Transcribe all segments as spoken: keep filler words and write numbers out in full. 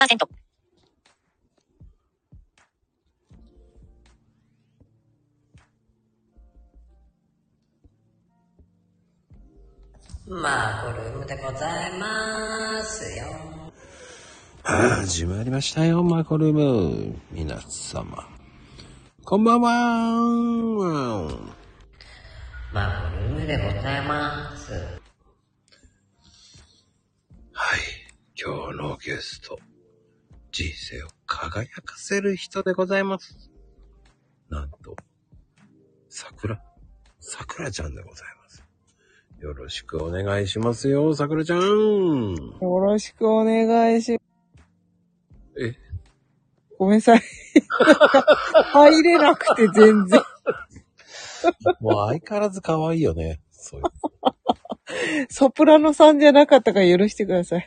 パーセント。マーコルームでございますよ。 始まりましたよ、マーコルーム。皆様。こんばんは。 マーコルームでございます。 はい。今日のゲスト。人生を輝かせる人でございます。なんと、桜、桜ちゃんでございます。よろしくお願いしますよ、桜ちゃん。 よろしくお願いします。 えごめんなさい。入れなくて全然。 もう相変わらず可愛いよね。そういう。 ソプラノさんじゃなかったから許してください。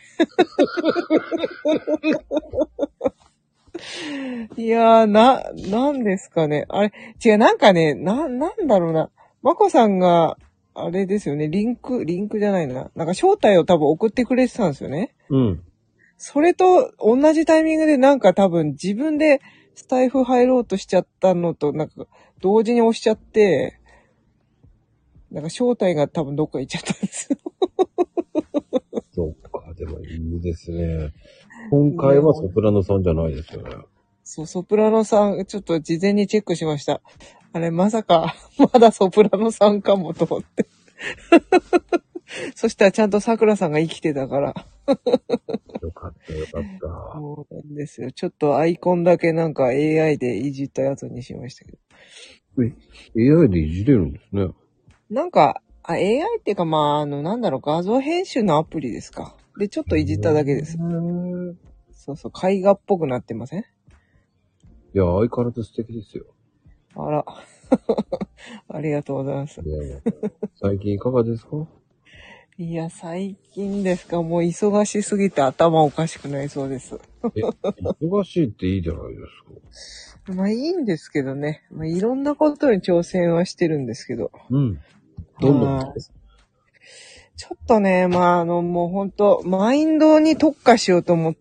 いやー、な、なんですかね。あれ、違う、なんかね、な、なんだろうな。まこさんが、あれですよね、リンク、リンクじゃないな。なんか招待を多分送ってくれてたんですよね。 うん。 それと同じタイミングでなんか多分自分でスタイフ入ろうとしちゃったのと、なんか同時に押しちゃって、なんか招待が多分どっか行っちゃったんですよ。 そうか、でもいいですね。今回はソプラノさんじゃないですよね。 そう、ソプラノさん、ちょっと事前にチェックしました。あれ、まさか、まだソプラノさんかもと思って。そしたらちゃんと桜さんが生きてたから。 よかったよかった。 そうなんですよ。ちょっとアイコンだけなんか エーアイ でいじったやつにしましたけど。 え、エーアイ でいじれるんですね。 なんか、あ、エーアイ っていうか、まあ、あの、なんだろう、画像編集のアプリですか。で、ちょっといじっただけです。そうそう、絵画っぽくなってません？いや、相変わらず素敵ですよ。 あら。ありがとうございます。 いやいや最近いかがですか？ いや、最近ですか、もう忙しすぎて頭おかしくなりそうです。 え、忙しいっていいじゃないですか。 まあいいんですけどね。まあいろんなことに挑戦はしてるんですけど。 うん。どんどんです。 ちょっとね、まああのもうほんと、マインドに特化しようと思って、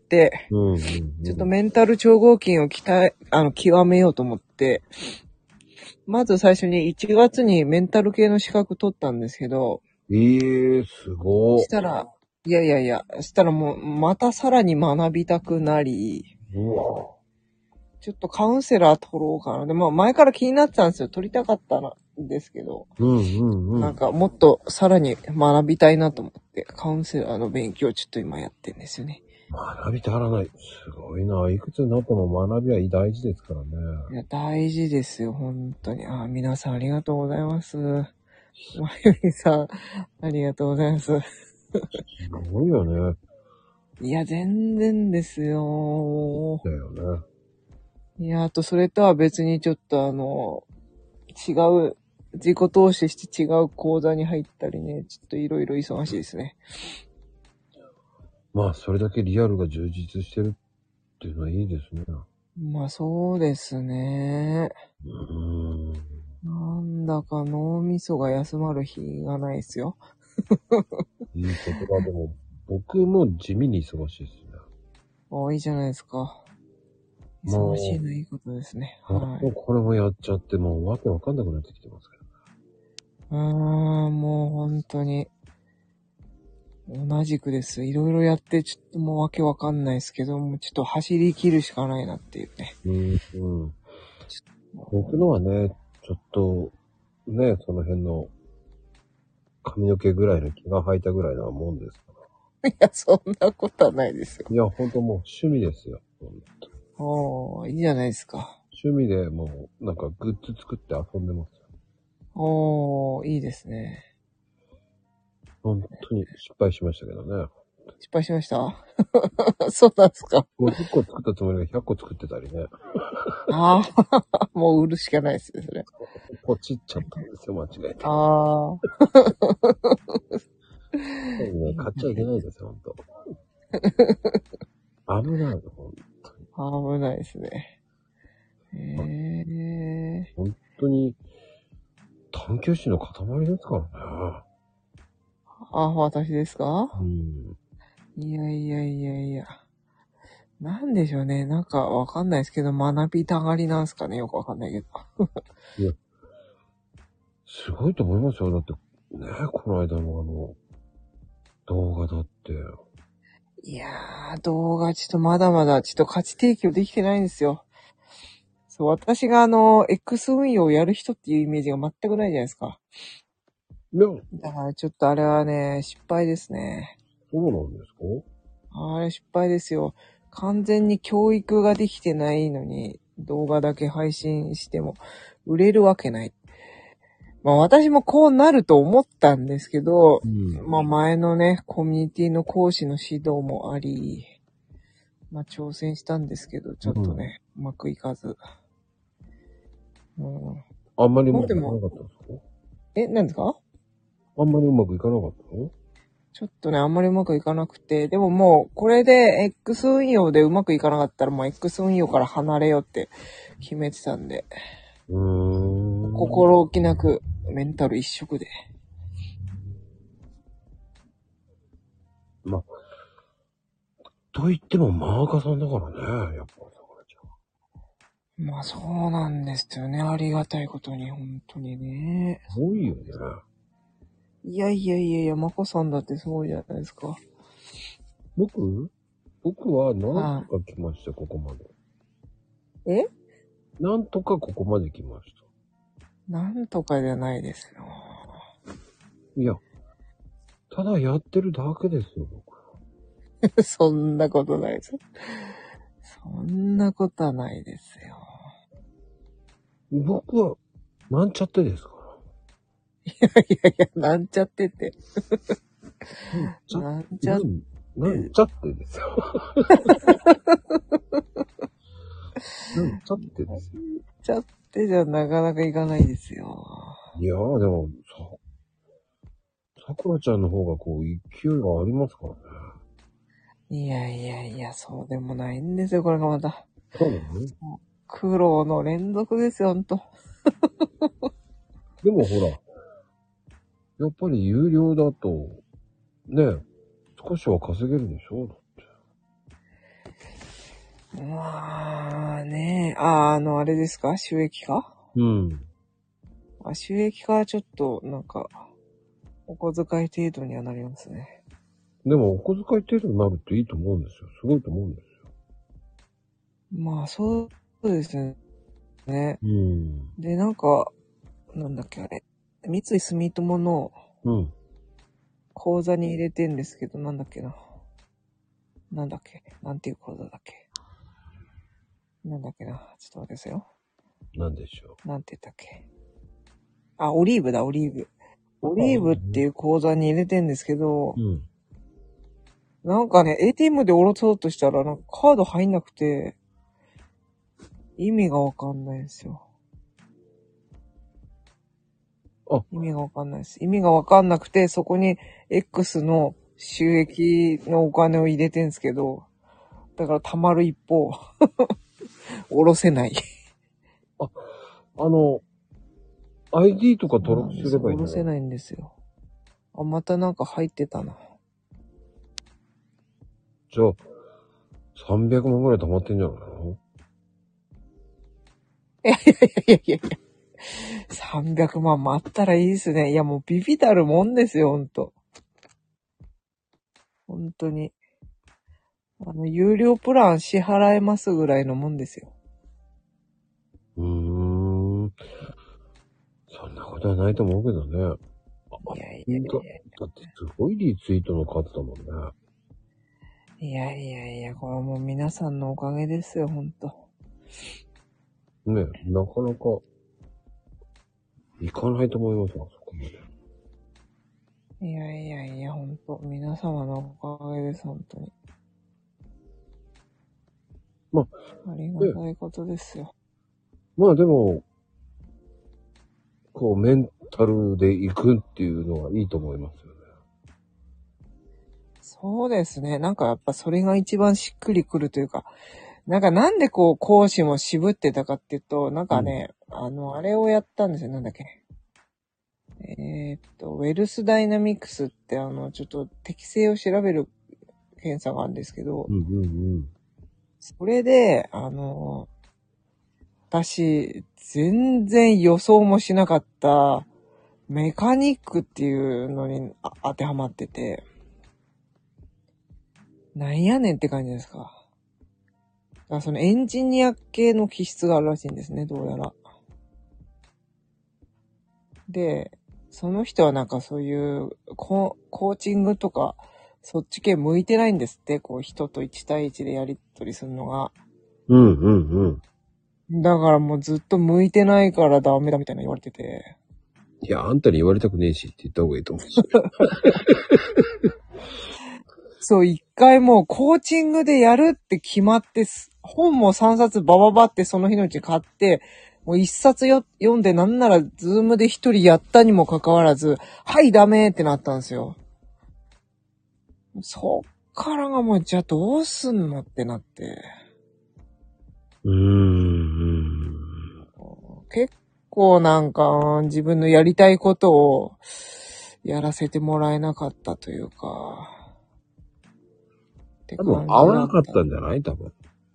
うんうんうん、 ちょっとメンタル超合金を鍛え、あの、極めようと思って、まず最初にいちがつにメンタル系の資格取ったんですけど、 ええー、すごい。 したら、いやいやいや、したらもう、またさらに学びたくなり、 うわ。 ちょっとカウンセラー取ろうかな。で、まあ前から気になってたんですよ。取りたかったんですけど、 うんうんうん。 なんかもっとさらに学びたいなと思って、カウンセラーの勉強をちょっと今やってんですよね。 学び足らない。すごいな。いくつになっても学びは大事ですからね。 いや、大事ですよ、本当に。あ、皆さんありがとうございます。まゆみさん、ありがとうございます。 すごいよね。 いや、全然ですよ。 だよね。 いや、あとそれとは別にちょっとあの、違う、自己投資して違う講座に入ったりね、ちょっといろいろ忙しいですね。 まあ、それだけリアルが充実してるっていうのはいいですね。 まあそうですね。 うーん。 なんだか脳みそが休まる日がないですよ。 いいことだ。でも、僕も地味に忙しいですね。 ああ、いいじゃないですか。忙しいのいいことですね。 もはい。 うこれもやっちゃって、もうわけわかんなくなってきてますけど。 うーん、もう本当に。同じくです。いろいろやって、ちょっともうわけわかんないですけど、もうちょっと走り切るしかないなっていうね。 うん、うん。僕のはね、ちょっと、ね、その辺の髪の毛ぐらいの毛が生えたぐらいなもんですから。 いや、そんなことはないですよ。 いや、ほんともう趣味ですよ。 おー、いいじゃないですか。 趣味でもう、なんかグッズ作って遊んでますよ。 おー、いいですね。 本当に失敗しましたけどね。 失敗しましたそうなんですか。 ごじゅっこ作ったつもりがひゃっこ作ってたりね。 ああ、もう売るしかないですね、それ。 ポチっちゃったんですよ、間違えて。 ああ。 ね、買っちゃいけないですよ、ほんと。危ないよ、ほんとに。 危ないですね。へえ。 本当に、探求心の塊ですからね。 あ、私ですか？ うん。 いやいやいやいや。 なんでしょうね。なんかわかんないですけど、学びたがりなんすかね。よくわかんないけど。 いや、すごいと思いますよ。だって、ね、この間のあの、動画だって。 いやー、動画ちょっとまだまだちょっと価値提供できてないんですよ。そう、私があの、X 運用をやる人っていうイメージが全くないじゃないですか。 でも、 だからちょっとあれはね、失敗ですね。 そうなんですか？ あれ失敗ですよ。完全に教育ができてないのに、動画だけ配信しても売れるわけない。まあ私もこうなると思ったんですけど、 うん。 まあ前のね、コミュニティの講師の指導もあり、まあ挑戦したんですけど、ちょっとね、うまくいかず。うん、 あんまりうままあでも、 くいかなかったんですか？ え、なんですか？ あんまりうまくいかなかったの？ ちょっとね、あんまりうまくいかなくて、でももう、これで X 運用でうまくいかなかったら、もう X 運用から離れようって決めてたんで、 うーん。 心置きなくメンタル一色で。 まあ、と言ってもマーカーさんだからね、やっぱさくらちゃん。 まあそうなんですよね。ありがたいことに、本当にね。 多いよね。 いやいやいやいや、まこさんだってすごいじゃないですか。 僕僕はなんはとか来ました、ここまで。 い。えなんとかここまで来ました。 なんとかじゃないですよ。 いや、ただやってるだけですよ、僕。 そんなことないです。そんなことはないですよ。 僕は、なんちゃってですから。 いやいやいや、なんちゃってって。 なんちゃなんちゃって。 なんなんちゃってですよ。なんちゃってですよ。 ちゃってじゃなかなかいかないですよ。 いやー、でも、さ、さくらちゃんの方がこう、勢いがありますからね。 いやいやいや、そうでもないんですよ、これがまた。 そうなの？ 苦労の連続ですよ、ほんと。 でもほら、やっぱり有料だと、ね、少しは稼げるでしょ？だって。 まあね、あ、あの、あれですか？収益化？ うん。 あ、収益化はちょっと、なんか、お小遣い程度にはなりますね。 でも、お小遣い程度になるっていいと思うんですよ。すごいと思うんですよ。 まあ、そうですね。 うん。 で、なんか、なんだっけあれ。三井住友のうん。 口座に入れてんですけど、なんだっけな。なんだっけなんていう口座だっけなんだっけな。ちょっと待ってくださいよ。 なんでしょなんて言ったっけ。あ、オリーブだ、オリーブ。オリーブっていう口座に入れてんですけどう。、うん。 なんかね、エーティーエム で下ろそうとしたら、なんかカード入んなくて、意味がわかんないんですよ。 あ、 意味がわかんないです。意味がわかんなくて、そこに X の収益のお金を入れてんですけど、だから溜まる一方、下ろせない。 あの、アイディー とか登録すればいいんだよ。 下ろせないんですよ。あ、またなんか入ってたな。 じゃあ、さんびゃくまんぐらい溜まってんじゃないの？ いやいやいやいやいや。さんびゃくまんもあったらいいですね。いやもうビビたるもんですよ、ほんと。ほんとに。あの、有料プラン支払えますぐらいのもんですよ。 うーん。そんなことはないと思うけどね。 いやいやいだだってすごいリツイートの数だもんね。 や。いやいやいや、これはもう皆さんのおかげですよ、ほんと。 ね、なかなか、いかないと思いますよ、そこまで。 いやいやいや、ほんと。皆様のおかげです、ほんとに。 まあ、 ありがたいことですよ。 まあでも、こう、メンタルで行くっていうのはいいと思いますよね。 そうですね。なんかやっぱそれが一番しっくりくるというか、なんかなんでこう講師も渋ってたかっていうと、なんかね、うん、あの、あれをやったんですよ。なんだっけ。えー、っと、ウェルスダイナミクスってあの、ちょっと適性を調べる検査があるんですけど、 うんうんうん。 それで、あの、私、全然予想もしなかったメカニックっていうのにあ当てはまってて、なんやねんって感じですか。だからそのエンジニア系の気質があるらしいんですね、どうやら。で、その人はなんかそういうコ、コーチングとか、そっち系向いてないんですって、こう人といち対いちでやりとりするのが。 うんうんうん。 だからもうずっと向いてないからダメだみたいな言われてて。 いや、あんたに言われたくねえしって言った方がいいと思うし。 そう、一回もうコーチングでやるって決まってす、本もさんさつバババってその日のうちに買って、もう一冊よ読んでなんならズームで一人やったにもかかわらず、はいダメってなったんですよ。そっからがもうじゃあどうすんのってなって。 うーん。 結構なんか自分のやりたいことをやらせてもらえなかったというか。 多分合わなかったんじゃない多分。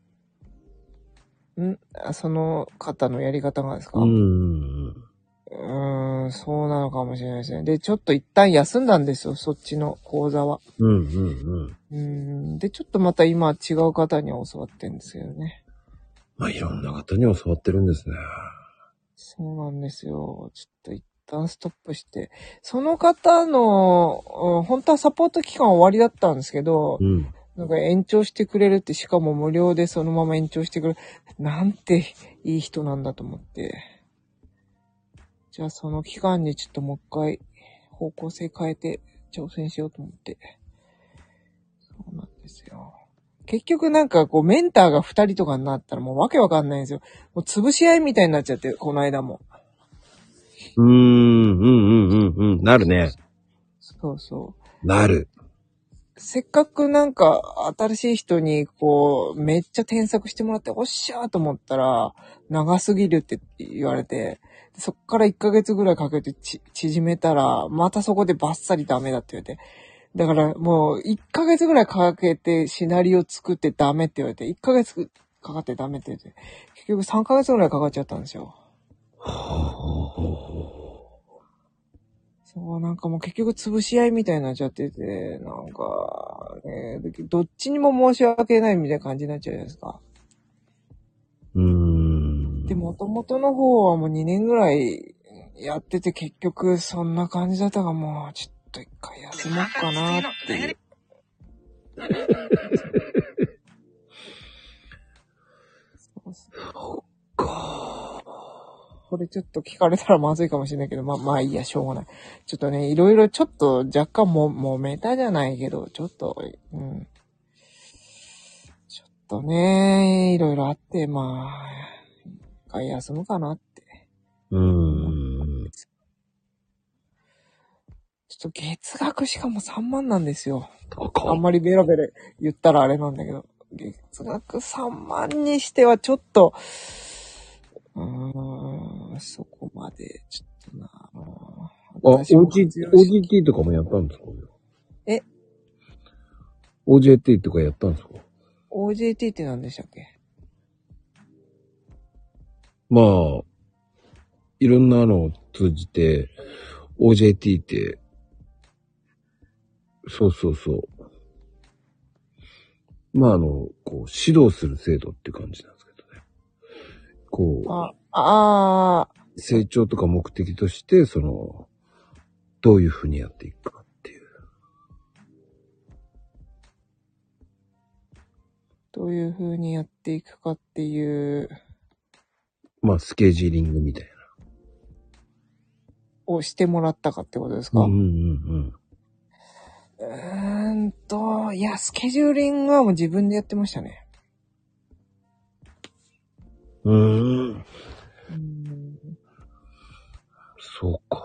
んその方のやり方がですか？ うーん。 うーん、そうなのかもしれないですね。で、ちょっと一旦休んだんですよ、そっちの講座は。 うんうんうん。 うーん。で、ちょっとまた今違う方に教わってるんですけどね。 まあ、いろんな方に教わってるんですね。 そうなんですよ。ちょっと一旦ストップして。その方の、うん本当はサポート期間終わりだったんですけど、 うん。 なんか延長してくれるって、しかも無料でそのまま延長してくれる。なんていい人なんだと思って。じゃあその期間にちょっともう一回方向性変えて挑戦しようと思って。そうなんですよ。結局なんかこうメンターが二人とかになったらもうわけわかんないんですよ。もう潰し合いみたいになっちゃって、この間も。 うーん、うんうんうんうん。なるね。 そうそう。 なる。 せっかくなんか新しい人にこうめっちゃ添削してもらっておっしゃーと思ったら長すぎるって言われて、そっからいっかげつぐらいかけてち縮めたらまたそこでバッサリダメだって言われて、だからもういっかげつぐらいかけてシナリオ作ってダメって言われて、いっかげつかかってダメって言って、結局さんかげつぐらいかかっちゃったんですよ。そう、なんかもう結局潰し合いみたいになっちゃってて、なんか、ね、どっちにも申し訳ないみたいな感じになっちゃうじゃないですか。 うーん。 で、元々の方はもうにねんぐらいやってて結局そんな感じだったからもうちょっと一回休もうかなっていう。そうそうか。 これちょっと聞かれたらまずいかもしれないけど、まあまあいいや、しょうがない。ちょっとね、いろいろちょっと若干も、もうメタじゃないけど、ちょっと、うん。ちょっとね、いろいろあって、まあ、一回休むかなって。 うーん。 ちょっと月額しかもさんまんなんですよ。 高あんまりベラベラ言ったらあれなんだけど、月額さんまんにしてはちょっと、うーん、そこまで、ちょっとな。 あ、オージー、オージーティー とかもやったんですか？ えオージェーティー とかやったんですか？ オージェーティー って何でしたっけ？ まあ、いろんなのを通じて、オージェーティー って、そうそうそう。まあ、あの、こう、指導する制度っていう感じなんですけどね。こう、 あ、あー、 成長とか目的として、その、どういうふうにやっていくかっていう。 どういう風にやっていくかっていう、 まあ、スケジューリングみたいをしてもらったかってことですな。 か？ うんうんうんうーんと、いや、スケジューリングはもう自分でやってましたね。 うん。うーん。 うーんそうか。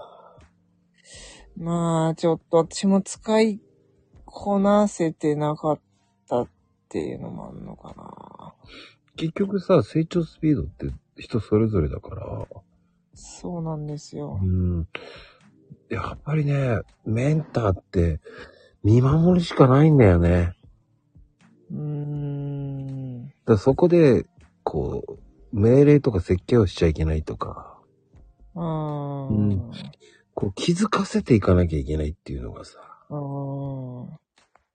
まあ、ちょっと私も使いこなせてなかったっていうのもあるのかな。 結局さ、成長スピードって人それぞれだから。 そうなんですよ。 うん。やっぱりね、メンターって見守るしかないんだよね。 うーん。 だそこで、こう、命令とか設計をしちゃいけないとか、 うーん。 うん、こう気づかせていかなきゃいけないっていうのがさ、 うーん。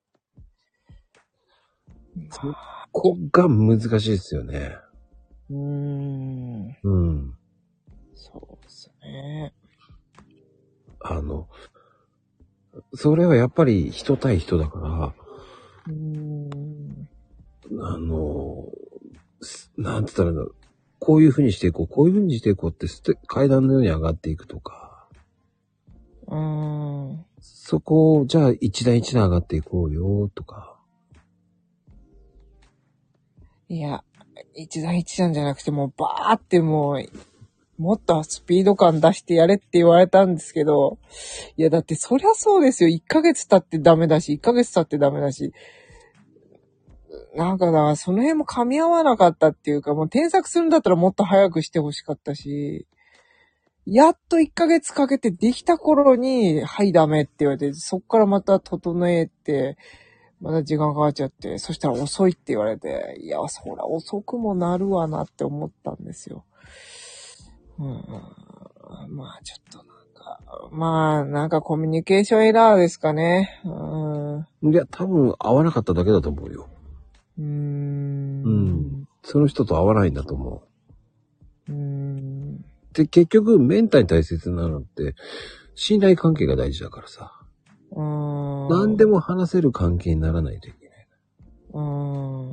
そこが難しいですよね。 うーん。 うん。 そうですね。 あの、それはやっぱり人対人だから、 うーん。 あの、なんて言ったらいいんだろう、こういう風にしていこう、こういう風にしていこうってステ階段のように上がっていくとか、 うーん。 そこを、じゃあ一段一段上がっていこうよとか。 いや、一段一段じゃなくてもうバーってもう、もっとスピード感出してやれって言われたんですけど、いやだってそりゃそうですよ。いっかげつ経ってダメだし、いっかげつ経ってダメだし、なんかだからその辺も噛み合わなかったっていうか、もう添削するんだったらもっと早くしてほしかったし、やっといっかげつかけてできた頃に、はいダメって言われて、そっからまた整えて、また時間かかっちゃって、そしたら遅いって言われて、いや、そら遅くもなるわなって思ったんですよ。うん、まあちょっとなんか、まあなんかコミュニケーションエラーですかね。うん、 いや、多分合わなかっただけだと思うよ。 うーん。 うん。その人と合わないんだと思う。うーん。 で、結局、メンターに大切なのって、信頼関係が大事だからさ。 うーん。 何でも話せる関係にならないといけない。 うーん。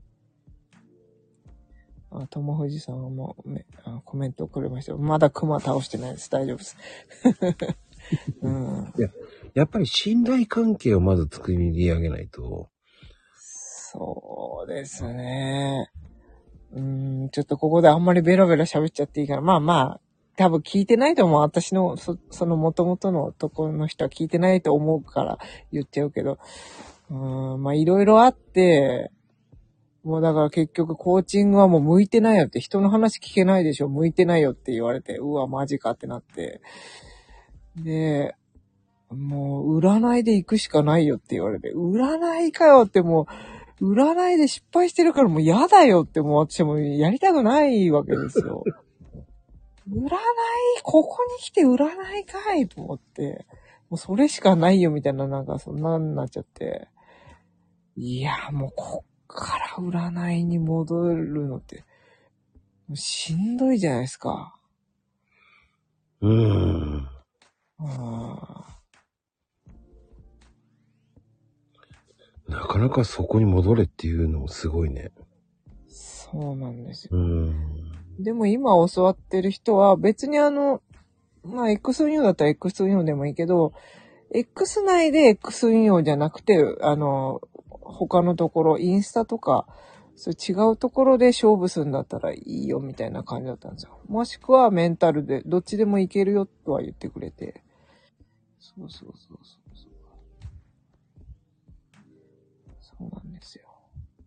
あ、ともふじさんもめあコメントくれました。まだクマ倒してないです。大丈夫です。うん。 いや、やっぱり信頼関係をまず作り上げないと。 そうですね。うーん、ちょっとここであんまりベラベラ喋っちゃっていいから。まあまあ、多分聞いてないと思う。私の、そ、その元々のところの人は聞いてないと思うから言っちゃうけど。うーん、まあいろいろあって、もうだから結局コーチングはもう向いてないよって、人の話聞けないでしょ、向いてないよって言われて、うわ、マジかってなって。で、もう占いで行くしかないよって言われて、占いかよってもう、占いで失敗してるからもう嫌だよってもう私もやりたくないわけですよ。占い、ここに来て占いかいと思って、もうそれしかないよみたいななんかそんなになっちゃって。いや、もうこっから占いに戻るのって、もうしんどいじゃないですか。 うーん。 あなかなかそこに戻れっていうのもすごいね。 そうなんですうよ。 ーん。 でも今教わってる人は別にあの、まあ X 運用だったら X 運用でもいいけど、X 内で X 運用じゃなくて、あの、他のところ、インスタとか、そういう違うところで勝負するんだったらいいよみたいな感じだったんですよ。もしくはメンタルで、どっちでもいけるよとは言ってくれて。そうそうそうそうそう。そうなんですよ。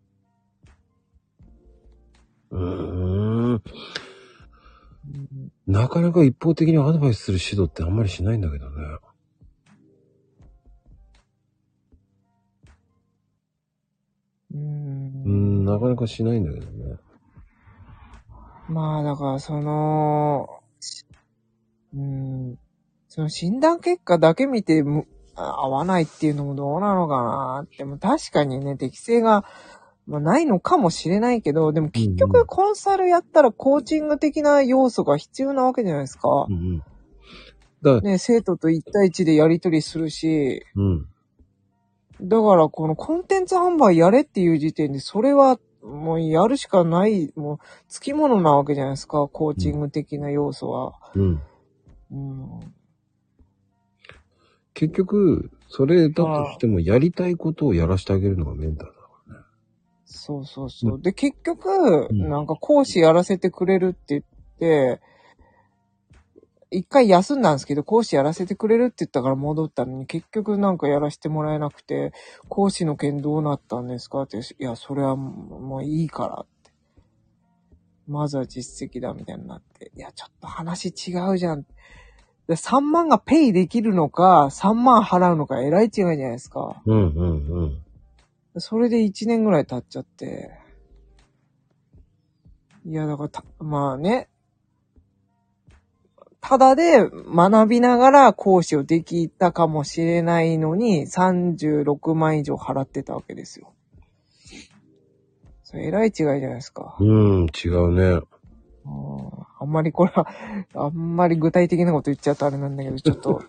うーん。 うん、 なかなか一方的にアドバイスする指導ってあんまりしないんだけどね。 うーん。 うーん、なかなかしないんだけどね。 まあだからその、うーん、その診断結果だけ見てむ合わないっていうのもどうなのかなって、も確かにね、適性が、まあ、ないのかもしれないけど、でも結うんうん局コンサルやったらコーチング的な要素が必要なわけじゃないですか。 うんうん。だから、 ね、生徒と一対一でやり取りするし、 うん。 だからこのコンテンツ販売やれっていう時点で、それはもうやるしかない、もう付き物なわけじゃないですか、コーチング的な要素は。 うん。 うん、 結局、それだとしてもやりたいことをやらせてあげるのがメンタルだからね。 そうそうそう。で、結局、 うんなんか講師やらせてくれるって言って、一回休んだんですけど、講師やらせてくれるって言ったから戻ったのに、結局なんかやらせてもらえなくて、講師の件どうなったんですかって、いや、それはもういいからって。まずは実績だみたいになって、いや、ちょっと話違うじゃん。でさんまんがペイできるのか、さんまん払うのか、えらい違いじゃないですか。 うんうんうん。 それでいちねんぐらい経っちゃって。 いや、だからた、まあね、ただで学びながら講師をできたかもしれないのに、さんじゅうろくまん以上払ってたわけですよ。それ、えらい違いじゃないですか。 うん、違うね。 あんまりこれは、あんまり具体的なこと言っちゃうとあれなんだけど、ちょっと、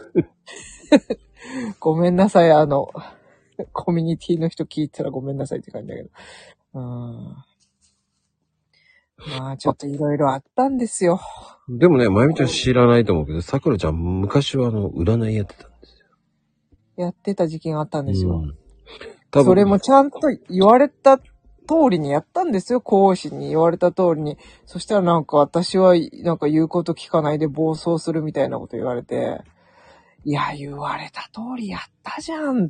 ごめんなさい、あの、コミュニティの人聞いたらごめんなさいって感じだけど。うん。まあ、ちょっといろいろあったんですよ。 でもね、まゆみちゃん知らないと思うけど、さくらちゃん昔はあの、占いやってたんですよ。 やってた時期があったんですよ。 うん、多分それもちゃんと言われた通りにやったんですよ。講師に言われた通りに。そしたらなんか私はなんか言うこと聞かないで暴走するみたいなこと言われて、いや、言われた通りやったじゃんって。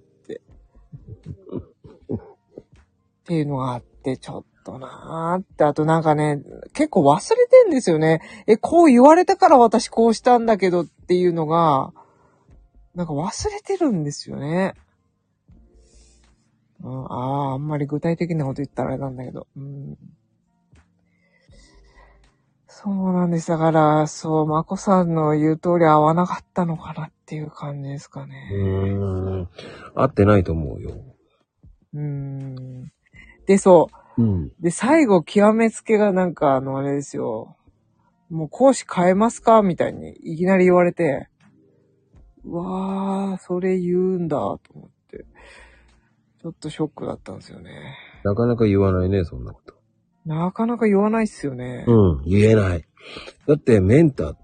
っていうのがあって、ちょっとなーって、あとなんかね、結構忘れてんですよね。え、こう言われたから私こうしたんだけどっていうのが、なんか忘れてるんですよね。うん、ああ、あんまり具体的なこと言ったらあれなんだけど。うん、そうなんです。だから、そう、まこさんの言う通り合わなかったのかなっていう感じですかね。 うーん。合ってないと思うよ。 うーん。で、そう。 うん。 で、最後、極めつけがなんか、あの、あれですよ。もう講師変えますかみたいにいきなり言われて、うわー、それ言うんだ、と思って。ちょっとショックだったんですよね。 なかなか言わないね、そんなこと。 なかなか言わないっすよね。 うん、言えない。だってメンターって、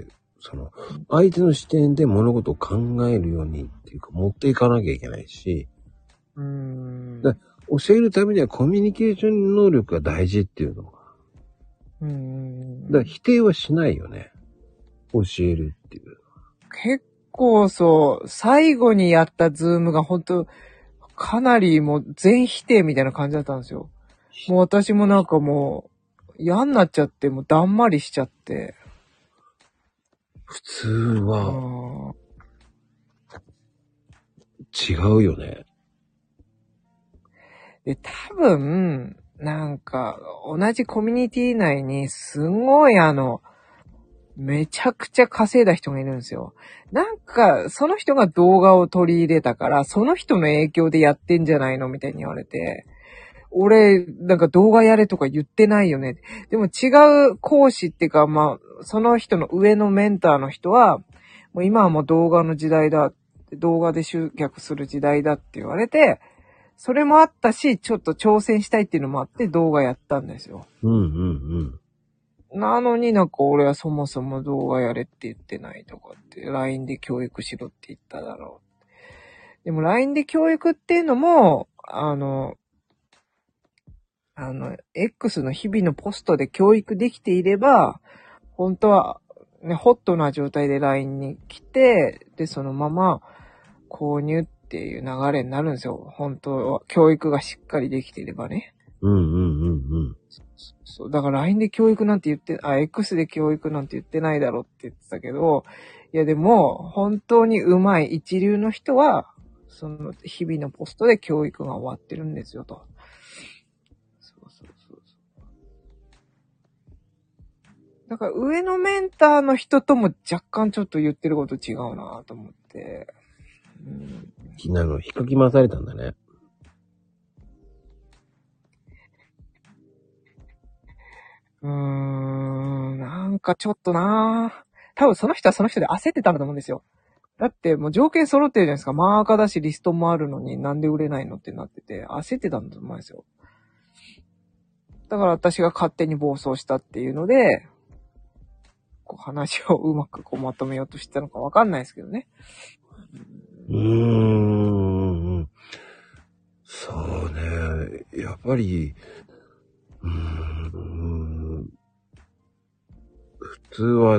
その、相手の視点で物事を考えるようにっていうか、持っていかなきゃいけないし、 うーん。 だ教えるためにはコミュニケーション能力が大事っていうのが。 うーん。 だから否定はしないよね。教えるっていう。 結構そう、最後にやったズームが本当かなりもう全否定みたいな感じだったんですよ。もう私もなんかもう嫌になっちゃって、もうだんまりしちゃって。 普通はうん違うよね。 で、多分、なんか、同じコミュニティ内にすごいあの、めちゃくちゃ稼いだ人がいるんですよ。なんか、その人が動画を取り入れたから、その人の影響でやってんじゃないのみたいに言われて、俺、なんか動画やれとか言ってないよね。でも違う講師っていうか、まあ、その人の上のメンターの人は、もう今はもう動画の時代だ。動画で集客する時代だって言われて、それもあったし、ちょっと挑戦したいっていうのもあって動画やったんですよ。 うんうんうん。 なのになんか俺はそもそも動画やれって言ってないとかって、ライン で教育しろって言っただろう。でも ライン で教育っていうのも、あの、あの、X の日々のポストで教育できていれば、本当は、ね、ホットな状態で ライン に来て、で、そのまま購入っていう流れになるんですよ。本当は、教育がしっかりできていればね。 うんうんうんうん。 そう、だから ライン で教育なんて言って、あ、X で教育なんて言ってないだろって言ってたけど、いやでも、本当に上手い一流の人は、その日々のポストで教育が終わってるんですよと。そうそうそうそう。だから上のメンターの人とも若干ちょっと言ってること違うなと思って。うん、 なの、引っかき回されたんだね。 うーん、なんかちょっとな多分その人はその人で焦ってたんだと思うんですよ。だってもう条件揃ってるじゃないですか。マーカーだしリストもあるのになんで売れないのってなってて、焦ってたんだと思うんですよ。だから私が勝手に暴走したっていうので、こう話をうまくこうまとめようとしてたのかわかんないですけどね。 うーん。そうね。やっぱり、うーん。普通は、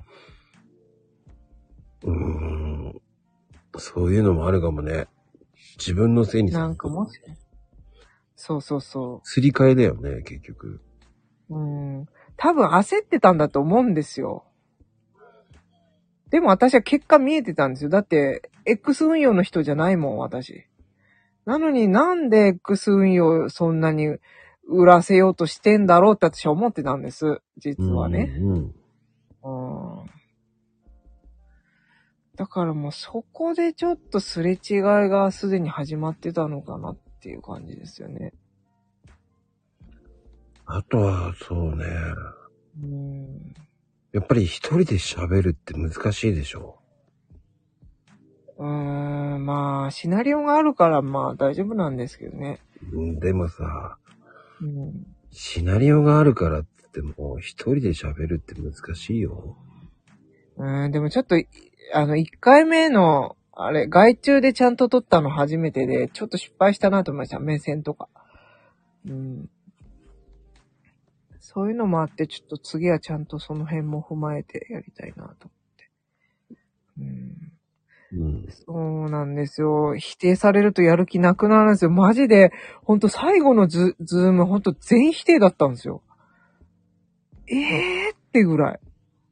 うーん。そういうのもあるかもね。自分のせいにする。 なんかもし、そうそうそすり替えだよね、結局。 う。うん。多分焦ってたんだと思うんですよ。でも私は結果見えてたんですよ。だって、X 運用の人じゃないもん、私。なのになんで X 運用そんなに売らせようとしてんだろうって私は思ってたんです。実はね。 うん、うん。 うん。だからもうそこでちょっとすれ違いがすでに始まってたのかなっていう感じですよね。 あとは、そうね。 うん。 やっぱり一人で喋るって難しいでしょ。 うーん、まあ、シナリオがあるからまあ大丈夫なんですけどね。 うん、でもさ、 うん、 シナリオがあるからって言っても、一人で喋るって難しいよ。 うん、でもちょっと、あの、一回目の、あれ、外注でちゃんと撮ったの初めてで、ちょっと失敗したなと思いました。目線とか。うん。そういうのもあって、ちょっと次はちゃんとその辺も踏まえてやりたいなと思って。うんうん。 そうなんですよ。否定されるとやる気なくなるんですよ。マジで、ほんと最後のズ、ズーム、ほんと全否定だったんですよ。えーってぐらい。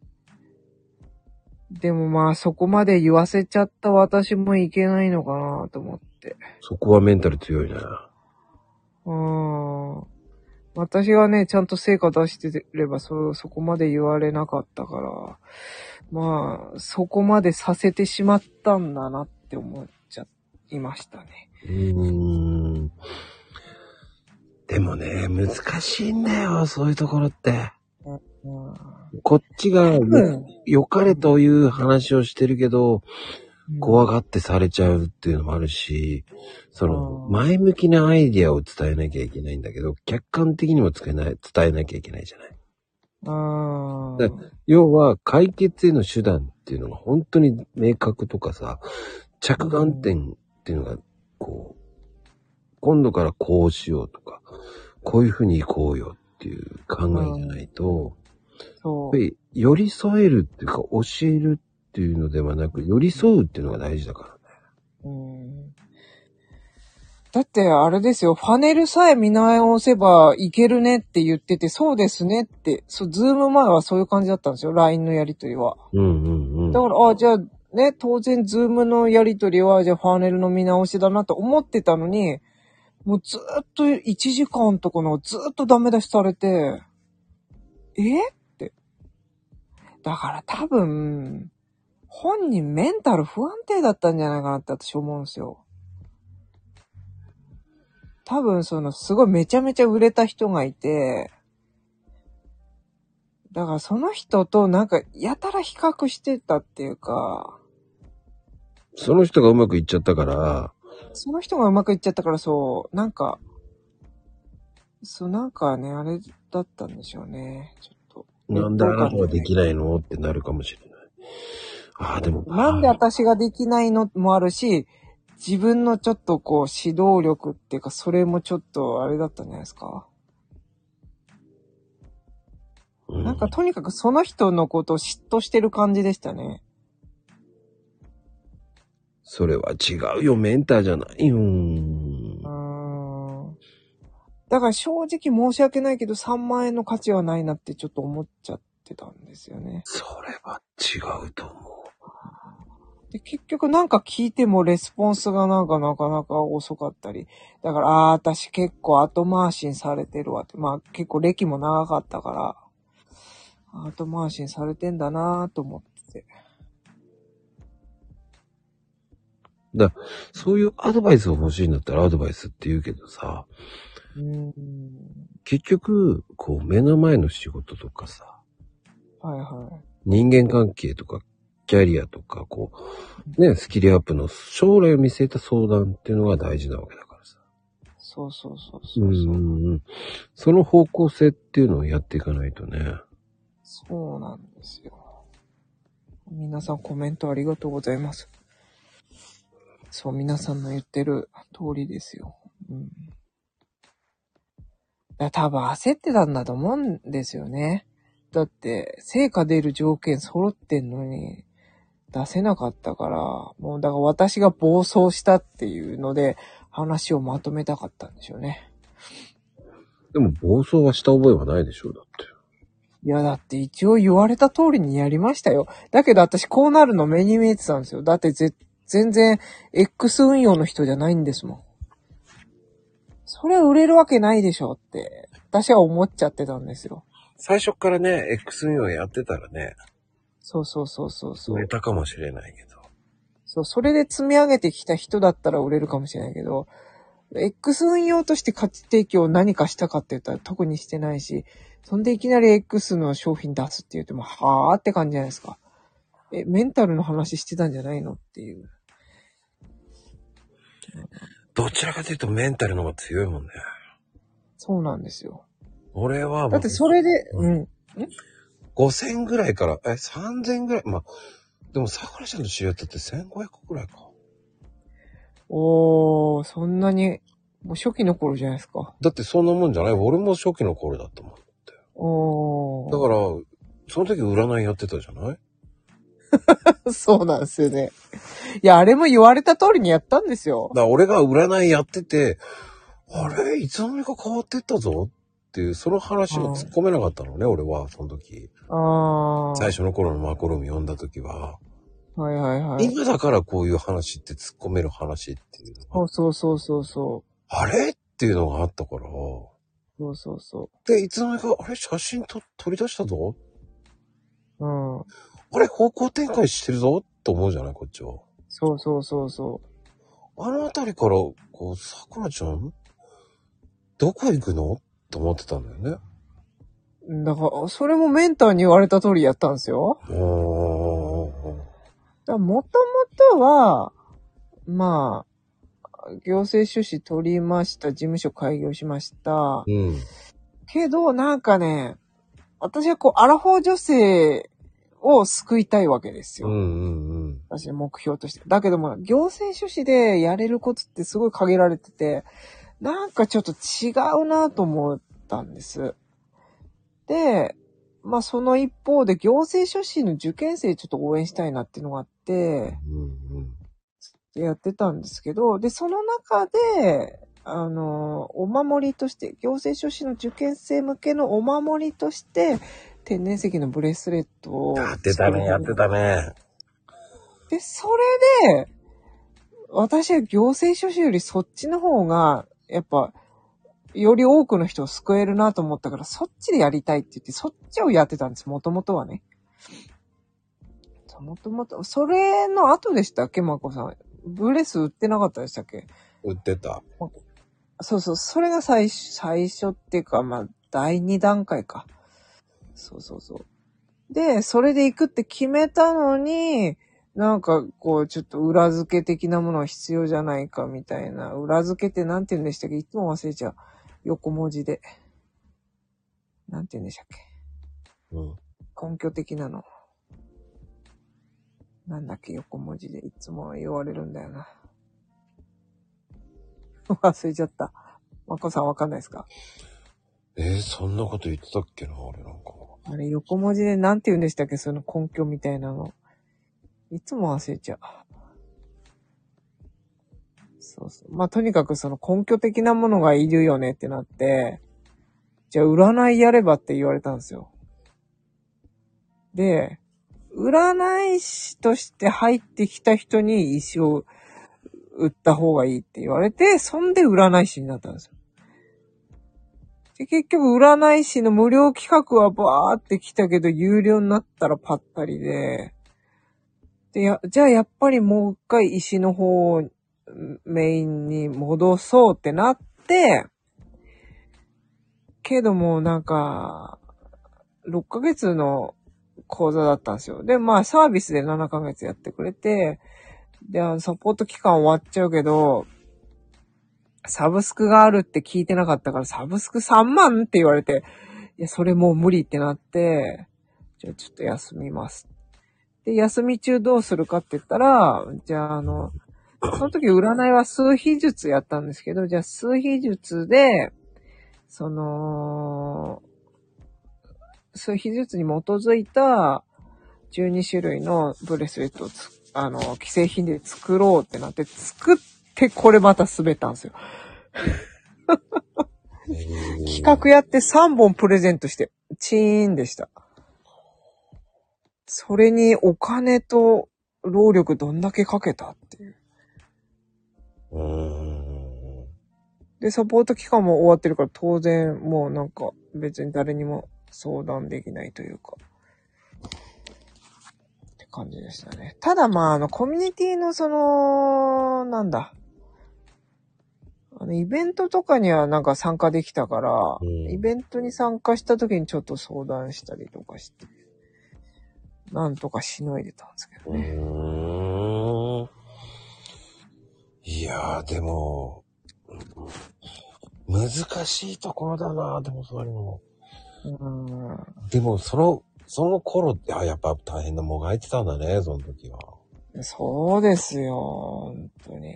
でもまあそこまで言わせちゃった私もいけないのかなと思って。 そこはメンタル強いね。 うーん。私がね、ちゃんと成果出してればそ、そこまで言われなかったから、まあ、そこまでさせてしまったんだなって思っちゃいましたね。 うーん。でもね、難しいんだよ、そういうところって。 うん、 こっちがうん、 良かれという話をしてるけど、怖がってされちゃうっていうのもあるし、その、前向きなアイディアを伝えなきゃいけないんだけど、客観的にも伝えない、伝えなきゃいけないじゃない。 あだ要は、解決への手段っていうのが本当に明確とかさ、着眼点っていうのが、こう、今度からこうしようとか、こういうふうに行こうよっていう考えじゃないと、 そう。 やっぱり寄り添えるっていうか、教えるっていうのではなく、寄り添うっていうのが大事だからね。 うんだってあれですよ、パネルさえ見直せばいけるねって言ってて、そうですねって、そう、ズーム前はそういう感じだったんですよ、ライン のやりとりは。 うんうんうん。 だから、あ、じゃあね、当然ズームのやりとりは、じゃあパネルの見直しだなと思ってたのに、もうずーっといちじかんとかのずーっとダメ出しされて、えって。だから多分、本人メンタル不安定だったんじゃないかなって私思うんですよ。多分そのすごいめちゃめちゃ売れた人がいて、だからその人となんかやたら比較してたっていうか、 その人がうまくいっちゃったから、 その人がうまくいっちゃったからそう、なんか、そうなんかね、あれだったんでしょうね。ちょっと。 なんであなたはできないのってなるかもしれない。ああ、でも。 なんで私ができないのもあるし、自分のちょっとこう指導力っていうか、それもちょっとあれだったんじゃないですか。うん、なんかとにかくその人のことを嫉妬してる感じでしたね。 それは違うよ、メンターじゃないよ。うーん。だから正直申し訳ないけどさんまんえんの価値はないなってちょっと思っちゃってたんですよね。 それは違うと思う。 で、結局なんか聞いてもレスポンスがなんかなかなか遅かったり。だから、ああ、私結構後回しにされてるわって。まあ結構歴も長かったから、後回しにされてんだなぁと思って。 だそういうアドバイスが欲しいんだったらアドバイスって言うけどさ、 うーん結局、こう目の前の仕事とかさ、 はいはい。 人間関係とか、キャリアとか、こう、ね、スキルアップの将来を見据えた相談っていうのが大事なわけだからさ。 そうそうそうそう。 うんうんうん。その方向性っていうのをやっていかないとね。 そうなんですよ。皆さんコメントありがとうございます。そう、皆さんの言ってる通りですよ。うん。だ多分焦ってたんだと思うんですよね。だって、成果出る条件揃ってんのに、出せなかったから、もうだから私が暴走したっていうので、話をまとめたかったんでしょうね。 でも暴走はした覚えはないでしょ、だって。 いや、だって一応言われた通りにやりましたよ。だけど私こうなるの目に見えてたんですよ。だってぜ全然 X 運用の人じゃないんですもん。 それ売れるわけないでしょって、私は思っちゃってたんですよ。 最初からね、X ミをやってたらね、 そうそうそうそうそう。 売れたかもしれないけど。 そう、それで積み上げてきた人だったら売れるかもしれないけど、X 運用として価値提供を何かしたかって言ったら特にしてないし、そんでいきなり X の商品出すって言っても、はーって感じじゃないですか。え、メンタルの話してたんじゃないのっていう。 どちらかというとメンタルの方が強いもんね。 そうなんですよ。 俺はもうだってそれで、うん。んごせんぐらいから、え、さんぜんぐらい、まあ、でも桜ちゃんと知り合ったってせんごひゃくぐらいか。 おー、そんなに、もう初期の頃じゃないですか。 だってそんなもんじゃない？俺も初期の頃だったもんって。 おー。 だから、その時占いやってたじゃない？ そうなんですよね。いや、あれも言われた通りにやったんですよ。 だから俺が占いやってて、あれいつの間にか変わってったぞっていう、その話を突っ込めなかったのね、俺は、その時。 ああ。 最初の頃のマコルーム読んだ時は。 はいはいはい。 今だからこういう話って突っ込める話っていうのが。 そうそうそうそう。 あれっていうのがあったから。 そうそうそで、いつの間にか、あれ写真と取り出したぞ。 う。うん。 あれ方向転換してるぞと思うじゃない、こっちは。 そうそうそうそあのあたりから、こう、さくらちゃんどこ行くのって思ってたんだよね。 う。だから、それもメンターに言われた通りやったんですよ。 おー。 だもともとは、まあ、行政書士取りました。事務所開業しました。 うん。 けど、なんかね、私はこう、アラフォー女性を救いたいわけですよ。 うんうんうん。 私の目標として。だけども、行政書士でやれることってすごい限られてて、なんかちょっと違うなと思ったんです。で、まあその一方で行政書士の受験生ちょっと応援したいなっていうのがあって、 うんうん、 やってたんですけど、で、その中で、あの、お守りとして、行政書士の受験生向けのお守りとして、天然石のブレスレットを。 やってたね、やってたね。 で、それで、私は行政書士よりそっちの方が、やっぱ、より多くの人を救えるなと思ったから、そっちでやりたいって言って、そっちをやってたんです、もともとはね。もともと、それの後でしたっけ、まこさん。ブレス売ってなかったでしたっけ？ 売ってた。 そうそう、それが最初、最初っていうか、まあ、だいに段階か。そうそうそう。で、それで行くって決めたのに、なんか、こう、ちょっと裏付け的なものは必要じゃないかみたいな。裏付けってなんて言うんでしたっけ？いつも忘れちゃう。横文字で。なんて言うんでしたっけ？ うん。 根拠的なの。なんだっけ、横文字でいつも言われるんだよな。忘れちゃった。まこさんわかんないですか？ えー、そんなこと言ってたっけな、あれなんか。 あれ、横文字でなんて言うんでしたっけ？その根拠みたいなの。いつも忘れちゃう。そうそう。まあ、とにかくその根拠的なものがいるよねってなって、じゃあ占いやればって言われたんですよ。で、占い師として入ってきた人に石を売った方がいいって言われて、そんで占い師になったんですよ。で、結局占い師の無料企画はバーって来たけど、有料になったらパッタリで、で、や、じゃあやっぱりもう一回石の方をメインに戻そうってなって、けどもなんか、ろっかげつの講座だったんですよ。で、まあサービスでななかげつやってくれて、で、あのサポート期間終わっちゃうけど、サブスクがあるって聞いてなかったから、サブスクさんまんって言われて、いや、それもう無理ってなって、じゃあちょっと休みます。で、休み中どうするかって言ったら、じゃああの、その時占いは数秘術やったんですけど、じゃあ数秘術で、その、数秘術に基づいたじゅうにしゅるいのブレスレットをつ、あの、既製品で作ろうってなって、作ってこれまた滑ったんですよ。企画やってさんぼんプレゼントして、チーンでした。それにお金と労力どんだけかけたっていう。 うーん。 で、サポート期間も終わってるから当然もうなんか別に誰にも相談できないというか。って感じでしたね。ただまああのコミュニティのその、なんだ。あのイベントとかにはなんか参加できたから、 うん、 イベントに参加した時にちょっと相談したりとかして、なんとかしのいでたんですけどね。 うーん。いやー、でも、難しいところだな、でもそれも。 うーん。 でも、その、その頃って、あ、やっぱ大変なもがいてたんだね、その時は。 そうですよ、本当に。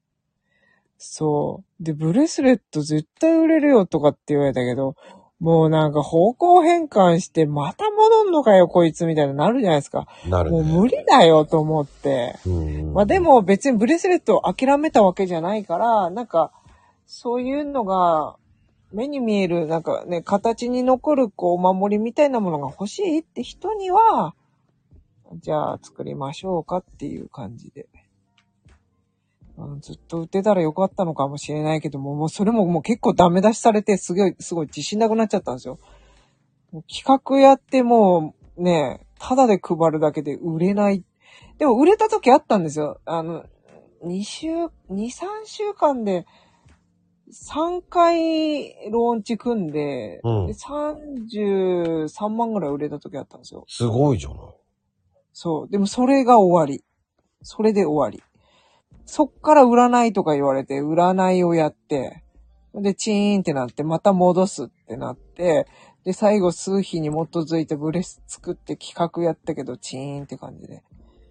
そう。で、ブレスレット絶対売れるよとかって言われたけど、もうなんか方向変換してまた戻んのかよこいつみたいになるじゃないですか。 なるね。 もう無理だよと思って。 うんうん、 まあでも別にブレスレットを諦めたわけじゃないから、なんかそういうのが目に見えるなんかね、形に残るこうお守りみたいなものが欲しいって人には、じゃあ作りましょうかっていう感じで。うん、ずっと売ってたらよかったのかもしれないけども、もうそれももう結構ダメ出しされて、すごい、すごい自信なくなっちゃったんですよ。もう企画やってもう、ね、ただで配るだけで売れない。でも売れた時あったんですよ。あの、に週、に、さんしゅうかんでさんかいローンチ組んで、 うん、 でさんじゅうさんまんぐらい売れた時あったんですよ。 すごいじゃない。 そう。でもそれが終わり。それで終わり。そっから占いとか言われて、占いをやって、で、チーンってなって、また戻すってなって、で、最後数日に基づいてブレス作って企画やったけど、チーンって感じで。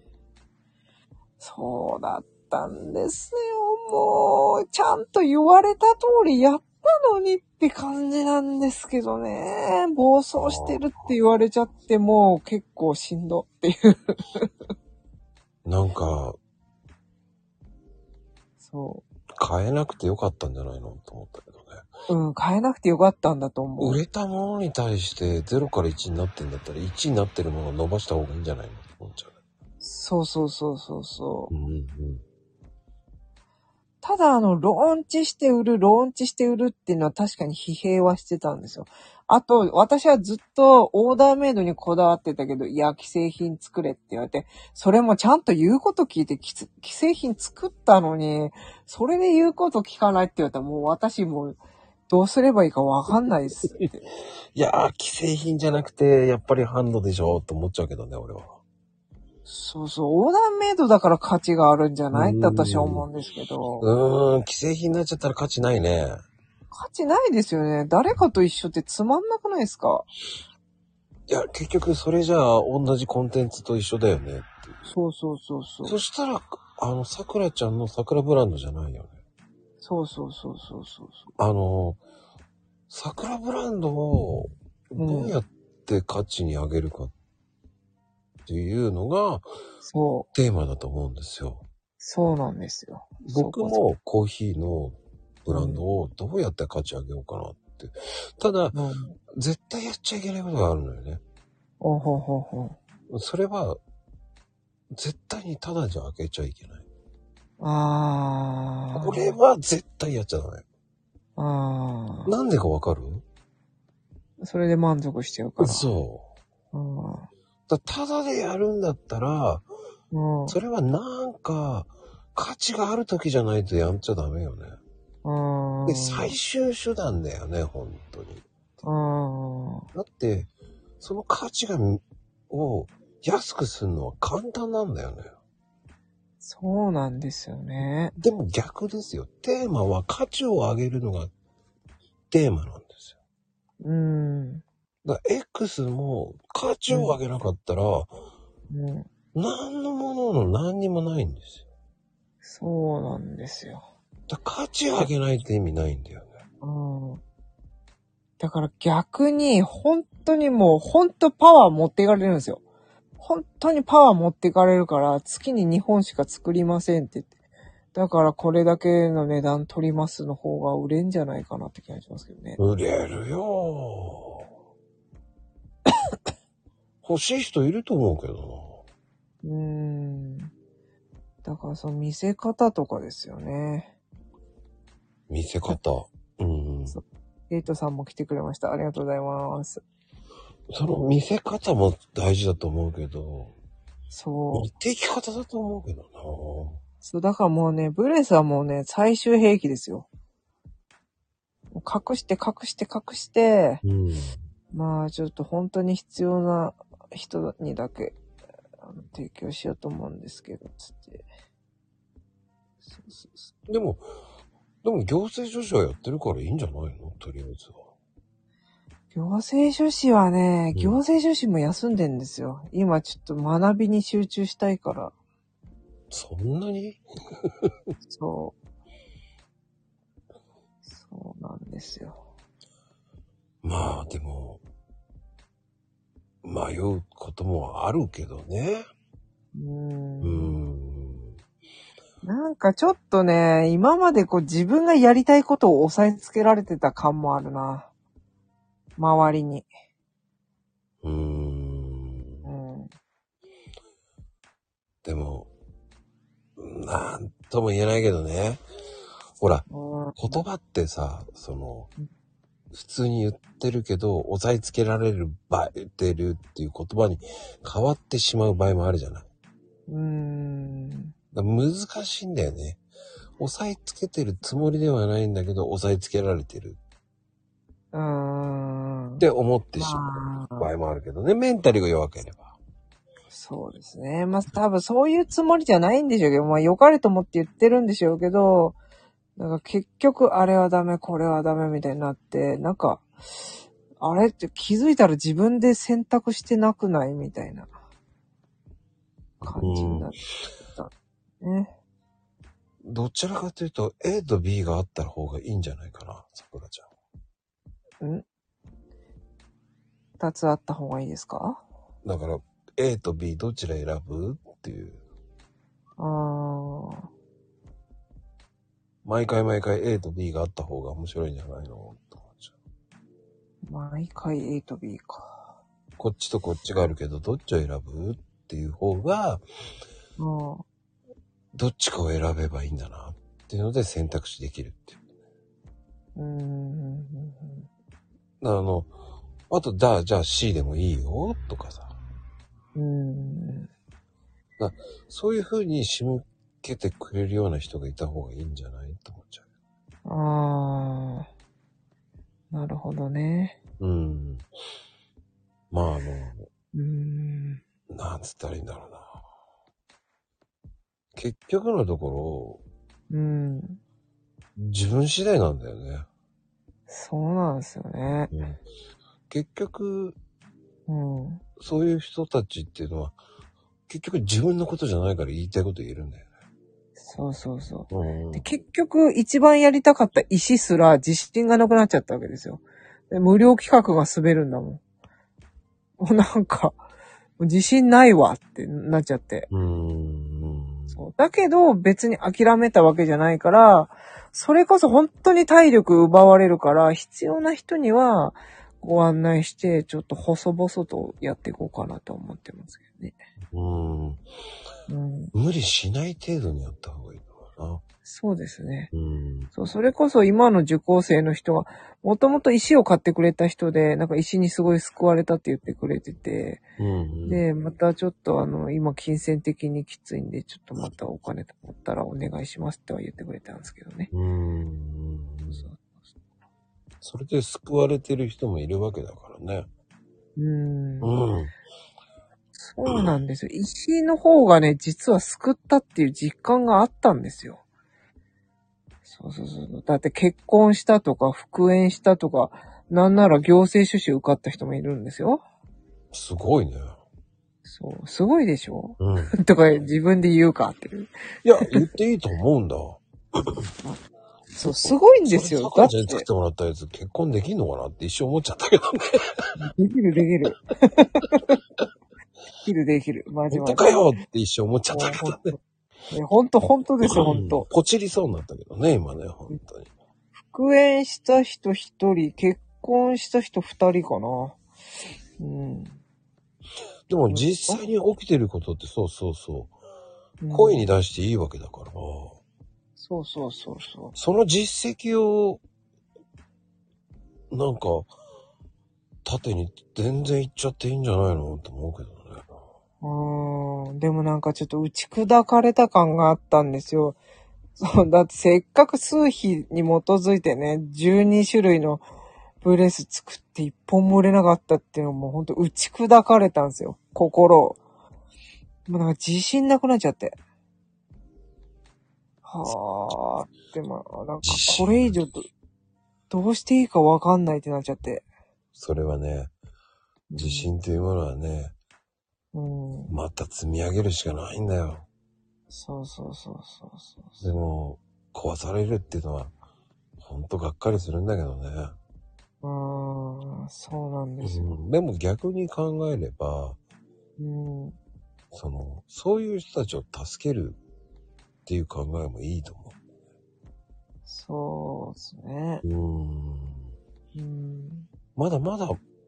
そうだったんですよ。もう、ちゃんと言われた通りやったのにって感じなんですけどね。暴走してるって言われちゃって、もう結構しんどっていう。 なんか、 そう。 変えなくてよかったんじゃないのと思ったけどね。 うん、変えなくてよかったんだと思う。 売れたものに対してゼロからいちになってんだったらいちになってるものを伸ばした方がいいんじゃないのと思っちゃう。 そうそうそうそうそう。 うんうん。 ただあの、ローンチして売る、ローンチして売るっていうのは確かに疲弊はしてたんですよ。あと、私はずっとオーダーメイドにこだわってたけど、いや、既製品作れって言われて、それもちゃんと言うこと聞いて、既製品作ったのに、それで言うこと聞かないって言われたら、もう私もどうすればいいかわかんないですって。 いやー、既製品じゃなくて、やっぱりハンドでしょと思っちゃうけどね、俺は。 そうそう、オーダーメイドだから価値があるんじゃないって私は思うんですけど。 うーん、既製品になっちゃったら価値ないね。 価値ないですよね。誰かと一緒ってつまんなくないですか？ いや、結局それじゃあ同じコンテンツと一緒だよねっていう。 そうそうそうそう。 そしたら、あの、桜ちゃんの桜ブランドじゃないよね。 そうそうそうそうそう。 あの、桜ブランドをどうやって価値に上げるかっていうのが、 そう。 テーマだと思うんですよ。 そうなんですよ。 僕もコーヒーのブランドをどうやって価値上げようかなって。ただ、 うん。 絶対やっちゃいけないことがあるのよね。 おほほほ。 それは、絶対にただじゃ開けちゃいけない。 あー。 これは絶対やっちゃダメ。 あなんでかわかる？ ー。それで満足しちゃうから。 そう。 うん。 だただでやるんだったら、 うん。 それはなんか、価値がある時じゃないとやっちゃダメよね。 うん。 で、最終手段だよね、本当に。 うん。 だって、その価値が、を安くするのは簡単なんだよね。 そうなんですよね。 でも逆ですよ。テーマは価値を上げるのがテーマなんですよ。 うん。 だから X も価値を上げなかったら、 うん。 何のものの何にもないんですよ。 そうなんですよ。 だから価値を上げないって意味ないんだよね。 うん。だから逆に、本当にもう、本当パワー持っていかれるんですよ。本当にパワー持っていかれるから、月ににほんしか作りませんって言って。だからこれだけの値段取りますの方が売れんじゃないかなって気がしますけどね。 売れるよ。欲しい人いると思うけどうーん。だからその見せ方とかですよね。 見せ方。うん。 エイトさんも来てくれました。ありがとうございます。 その見せ方も大事だと思うけど、 そう。 見てき方だと思うけどな。 そう、だからもうね、ブレスはもうね、最終兵器ですよ。隠して隠して隠して、 うん、 まあちょっと本当に必要な人にだけあの提供しようと思うんですけど、つって。そうそうそう。 でも、でも行政書士はやってるからいいんじゃないの？とりあえずは。 行政書士はね、 うん、 行政書士も休んでんですよ。今ちょっと学びに集中したいから。 そんなに？ そう。そうなんですよ。 まあでも、迷うこともあるけどね。 うーん。 うーん。 なんかちょっとね、今までこう自分がやりたいことを押さえつけられてた感もあるな。周りに。 うーん。 うん。 でも、なんとも言えないけどね。ほら、 うん、 言葉ってさ、その、普通に言ってるけど、押さえつけられる場合、言ってるっていう言葉に変わってしまう場合もあるじゃない。 うーん。 だから難しいんだよね。押さえつけてるつもりではないんだけど、押さえつけられてるうーん。 って思ってしまう場合もあるけどね。メンタルが弱ければ。 そうですね。まあ多分そういうつもりじゃないんでしょうけど、まあ良かれと思って言ってるんでしょうけど、なんか結局あれはダメ、これはダメみたいになって、なんか、あれって気づいたら自分で選択してなくないみたいな感じになったね。 どちらかというと A と B があった方がいいんじゃないかな、さくらちゃん。 ん二つあった方がいいですか？ だから A と B どちら選ぶっていう。 あー。 毎回毎回 A と B があった方が面白いんじゃないのと思っちゃう。 毎回 A と B か。 こっちとこっちがあるけどどっちを選ぶっていう方が、 うん。 どっちかを選べばいいんだなっていうので選択肢できるっていう。 うーん。 あの、あと、じゃあ、じゃあ C でもいいよとかさ。 うーん。 だそういう風に仕向けてくれるような人がいた方がいいんじゃないと思っちゃう。 あー。なるほどね。 うん。まあ、あの、 うーん。 なんつったらいいんだろうな。結局のとこうん。 ろ、自分次第なんだよね。 そうなんですよね。 うん、結局、 うん。 そういう人たちっていうのは、結局自分のことじゃないから言いたいこと言えるんだよね。 そうそうそう。 うん、 で結局、一番やりたかった石すら自信がなくなっちゃったわけですよ。で無料企画が滑るんだもん。もうなんか、自信ないわってなっちゃって。 うん、 そうだけど、別に諦めたわけじゃないから、それこそ本当に体力奪われるから、必要な人にはご案内して、ちょっと細々とやっていこうかなと思ってますけどね。 うんうん、 無理しない程度にやった方がいいのかな。 そうですね。 うん、 そう、それこそ今の受講生の人が、もともと石を買ってくれた人で、なんか石にすごい救われたって言ってくれてて、 うんうん、 で、またちょっとあの、今金銭的にきついんで、ちょっとまたお金と思ったらお願いしますっては言ってくれたんですけどね。 うん、 そうそれで救われてる人もいるわけだからね。 うーん。 うん。 そうなんですよ。石の方がね、実は救ったっていう実感があったんですよ。そうそうそう。だって結婚したとか、復縁したとか、なんなら行政書士受かった人もいるんですよ。 すごいね。 そう。すごいでしょ？ うん。 とか自分で言うかっていう。 いや、言っていいと思うんだ。 そう、すごいんですよ。 それ、 だって。 さくらちゃんに作ってもらったやつ結婚できんのかなって一瞬思っちゃったけどね。 できるできる。できるできる。マジマジ。 本当かよって一瞬思っちゃったけどね。 ほんと、ほんとですよ、ほんと。 ポチりそうになったけどね、今ね、本当に。 復縁した人一人、結婚した人二人かな。うん。 でも実際に起きてることってそうそうそう。 うん、 声に出していいわけだから。 そそうそうそうそう。 その実績を、なんか、縦に全然いっちゃっていいんじゃないのと思うけどね。 うーん。でもなんかちょっと打ち砕かれた感があったんですよ。そう、だってせっかく数比に基づいてね、じゅうに種類のブレス作って一本も売れなかったっていうのもほんと打ち砕かれたんですよ。心を。もうなんか自信なくなっちゃって。はぁ、でもなんかこれ以上ど、どうしていいかわかんないってなっちゃって。 それはね、自信というものはね、 うん。 また積み上げるしかないんだよ。 そうそうそうそうそう。 でも、壊されるっていうのは、ほんとがっかりするんだけどね。 うーん、そうなんですよ。 うん、でも逆に考えれば、 うん、 その、そういう人たちを助けるっていう考えもいいと思そうですね。 う。うーん。 うん、 まだまだ、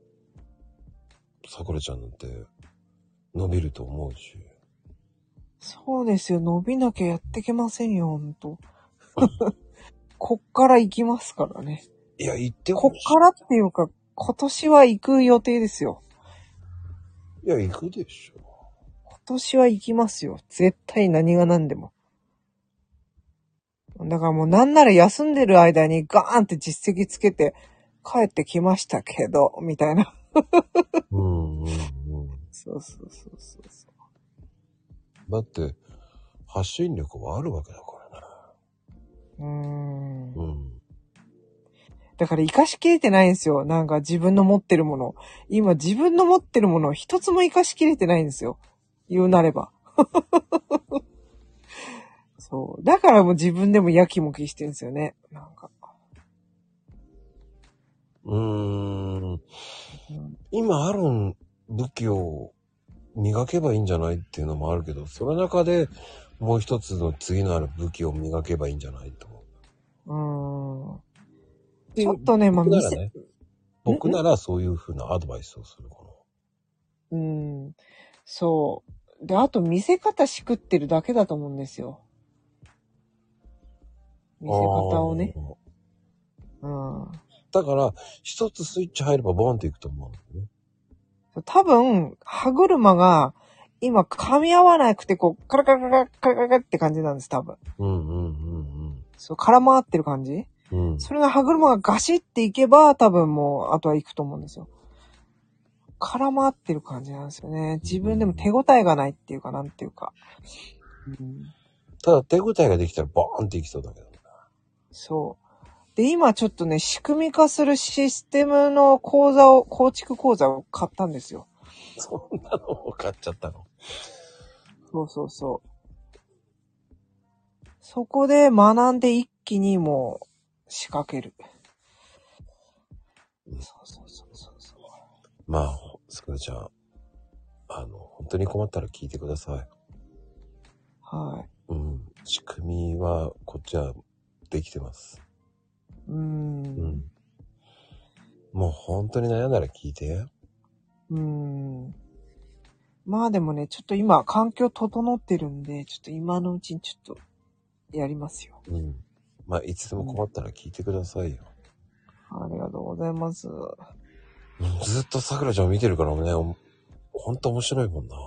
さくらちゃんなんて伸びると思うし。 そうですよ。伸びなきゃやってけませんよ、ほんと。こっから行きますからね。 いや、言ってこっほしい。 からっていうか、今年は行く予定ですよ。 いや、行くでしょ。 今年は行きますよ。絶対何が何でも。だからもうなんなら休んでる間にガーンって実績つけて帰ってきましたけど、みたいな。 うんうんうん。 そうそうそうそうそう。 だって、発信力はあるわけだからね。 うーん。 うん。 だから活かしきれてないんですよ。なんか自分の持ってるもの。今自分の持ってるものを一つも活かしきれてないんですよ。言うなれば。そう。だからもう自分でもやきもきしてるんですよね。なんか。 うーん。 うん、 今ある武器を磨けばいいんじゃないっていうのもあるけど、その中でもう一つの次のある武器を磨けばいいんじゃないと思う。 うーん。ちょっとね、まあ、見せ、 僕ならね、僕ならそういう風なアドバイスをするかな。 うん。そう。で、あと見せ方しくってるだけだと思うんですよ。見せ方をね。うん。 だから、一つスイッチ入ればボーンっていくと思うんだよね。 多分、歯車が今噛み合わなくて、こう、カラカラカラカラカラカラって感じなんです、多分。 うんうんうんうん。 そう、絡まってる感じ、 うん、 それが歯車がガシっていけば、多分もう、あとは行くと思うんですよ。絡まってる感じなんですよね。自分でも手応えがないっていうか、なんていうか。うん、 ただ手応えができたらボーンっていきそうだけどね。 そう。で、今ちょっとね、仕組み化するシステムの講座を、構築講座を買ったんですよ。 そんなのを買っちゃったの。 そうそうそう。そこで学んで一気にもう仕掛ける。そうそうそうそうそう。 まあ、それじゃあ、あの、本当に困ったら聞いてください。 はい。 うん。仕組みは、こっちはできてます。 うーん。 うん。もう本当に悩んだら聞いて。 うーん。まあでもね、ちょっと今環境整ってるんで、ちょっと今のうちにちょっとやりますよ。 うん。まあ、いつでも困ったら聞いてくださいよ。 ありがとうございます。 うん、ずっとさくらちゃんを見てるからね、ほんと面白いもんな。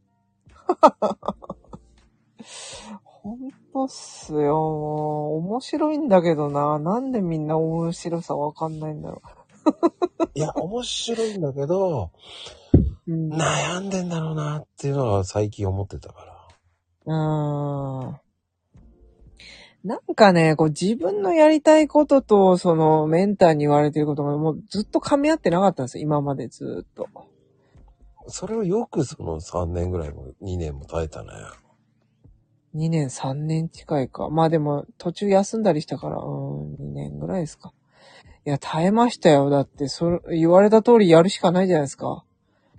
ほんとっすよ。面白いんだけどな。なんでみんな面白さわかんないんだろいや、面白いんだけど、 う。うん。 悩んでんだろうなっていうのは最近思ってたから。 うーん。なんかね、こう自分のやりたいことと、そのメンターに言われてることがもうずっと噛み合ってなかったんですよ。今までずっと。 それをよくそのさんねんぐらいもにねんも耐えたね。 にねん、さんねん近いか。まあでも途中休んだりしたから、うーん、にねんぐらいですか。いや、耐えましたよ。だって、それ、言われた通りやるしかないじゃないですか。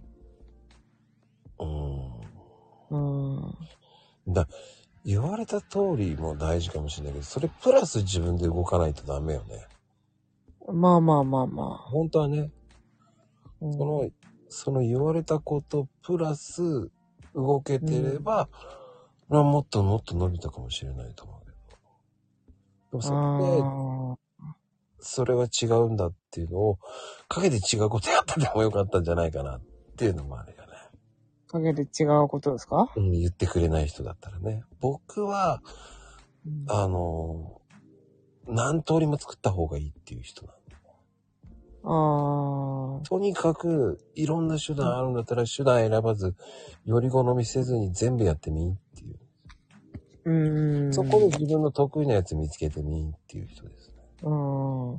うーん。 うーん。 だ、言われた通りも大事かもしれないけど、それプラス自分で動かないとダメよね。 まあまあまあまあ。 本当はね、 うん、 その、その言われたことプラス動けてれば、うん、もっともっと伸びたかもしれないと思うけど。 もそこで、 あそれは違うんだっていうのを、陰で違うことやっててもよかったんじゃないかなっていうのもあるよね。 ー、陰で違うことですか？ うん、言ってくれない人だったらね。僕は、 うん、 あの、何通りも作った方がいいっていう人なの。 ああ、 とにかく、いろんな手段あるんだったら、手段選ばず、より好みせずに全部やってみーっていう。 うーん。 そこで自分の得意なやつ見つけてみーっていう人ですね。 うん。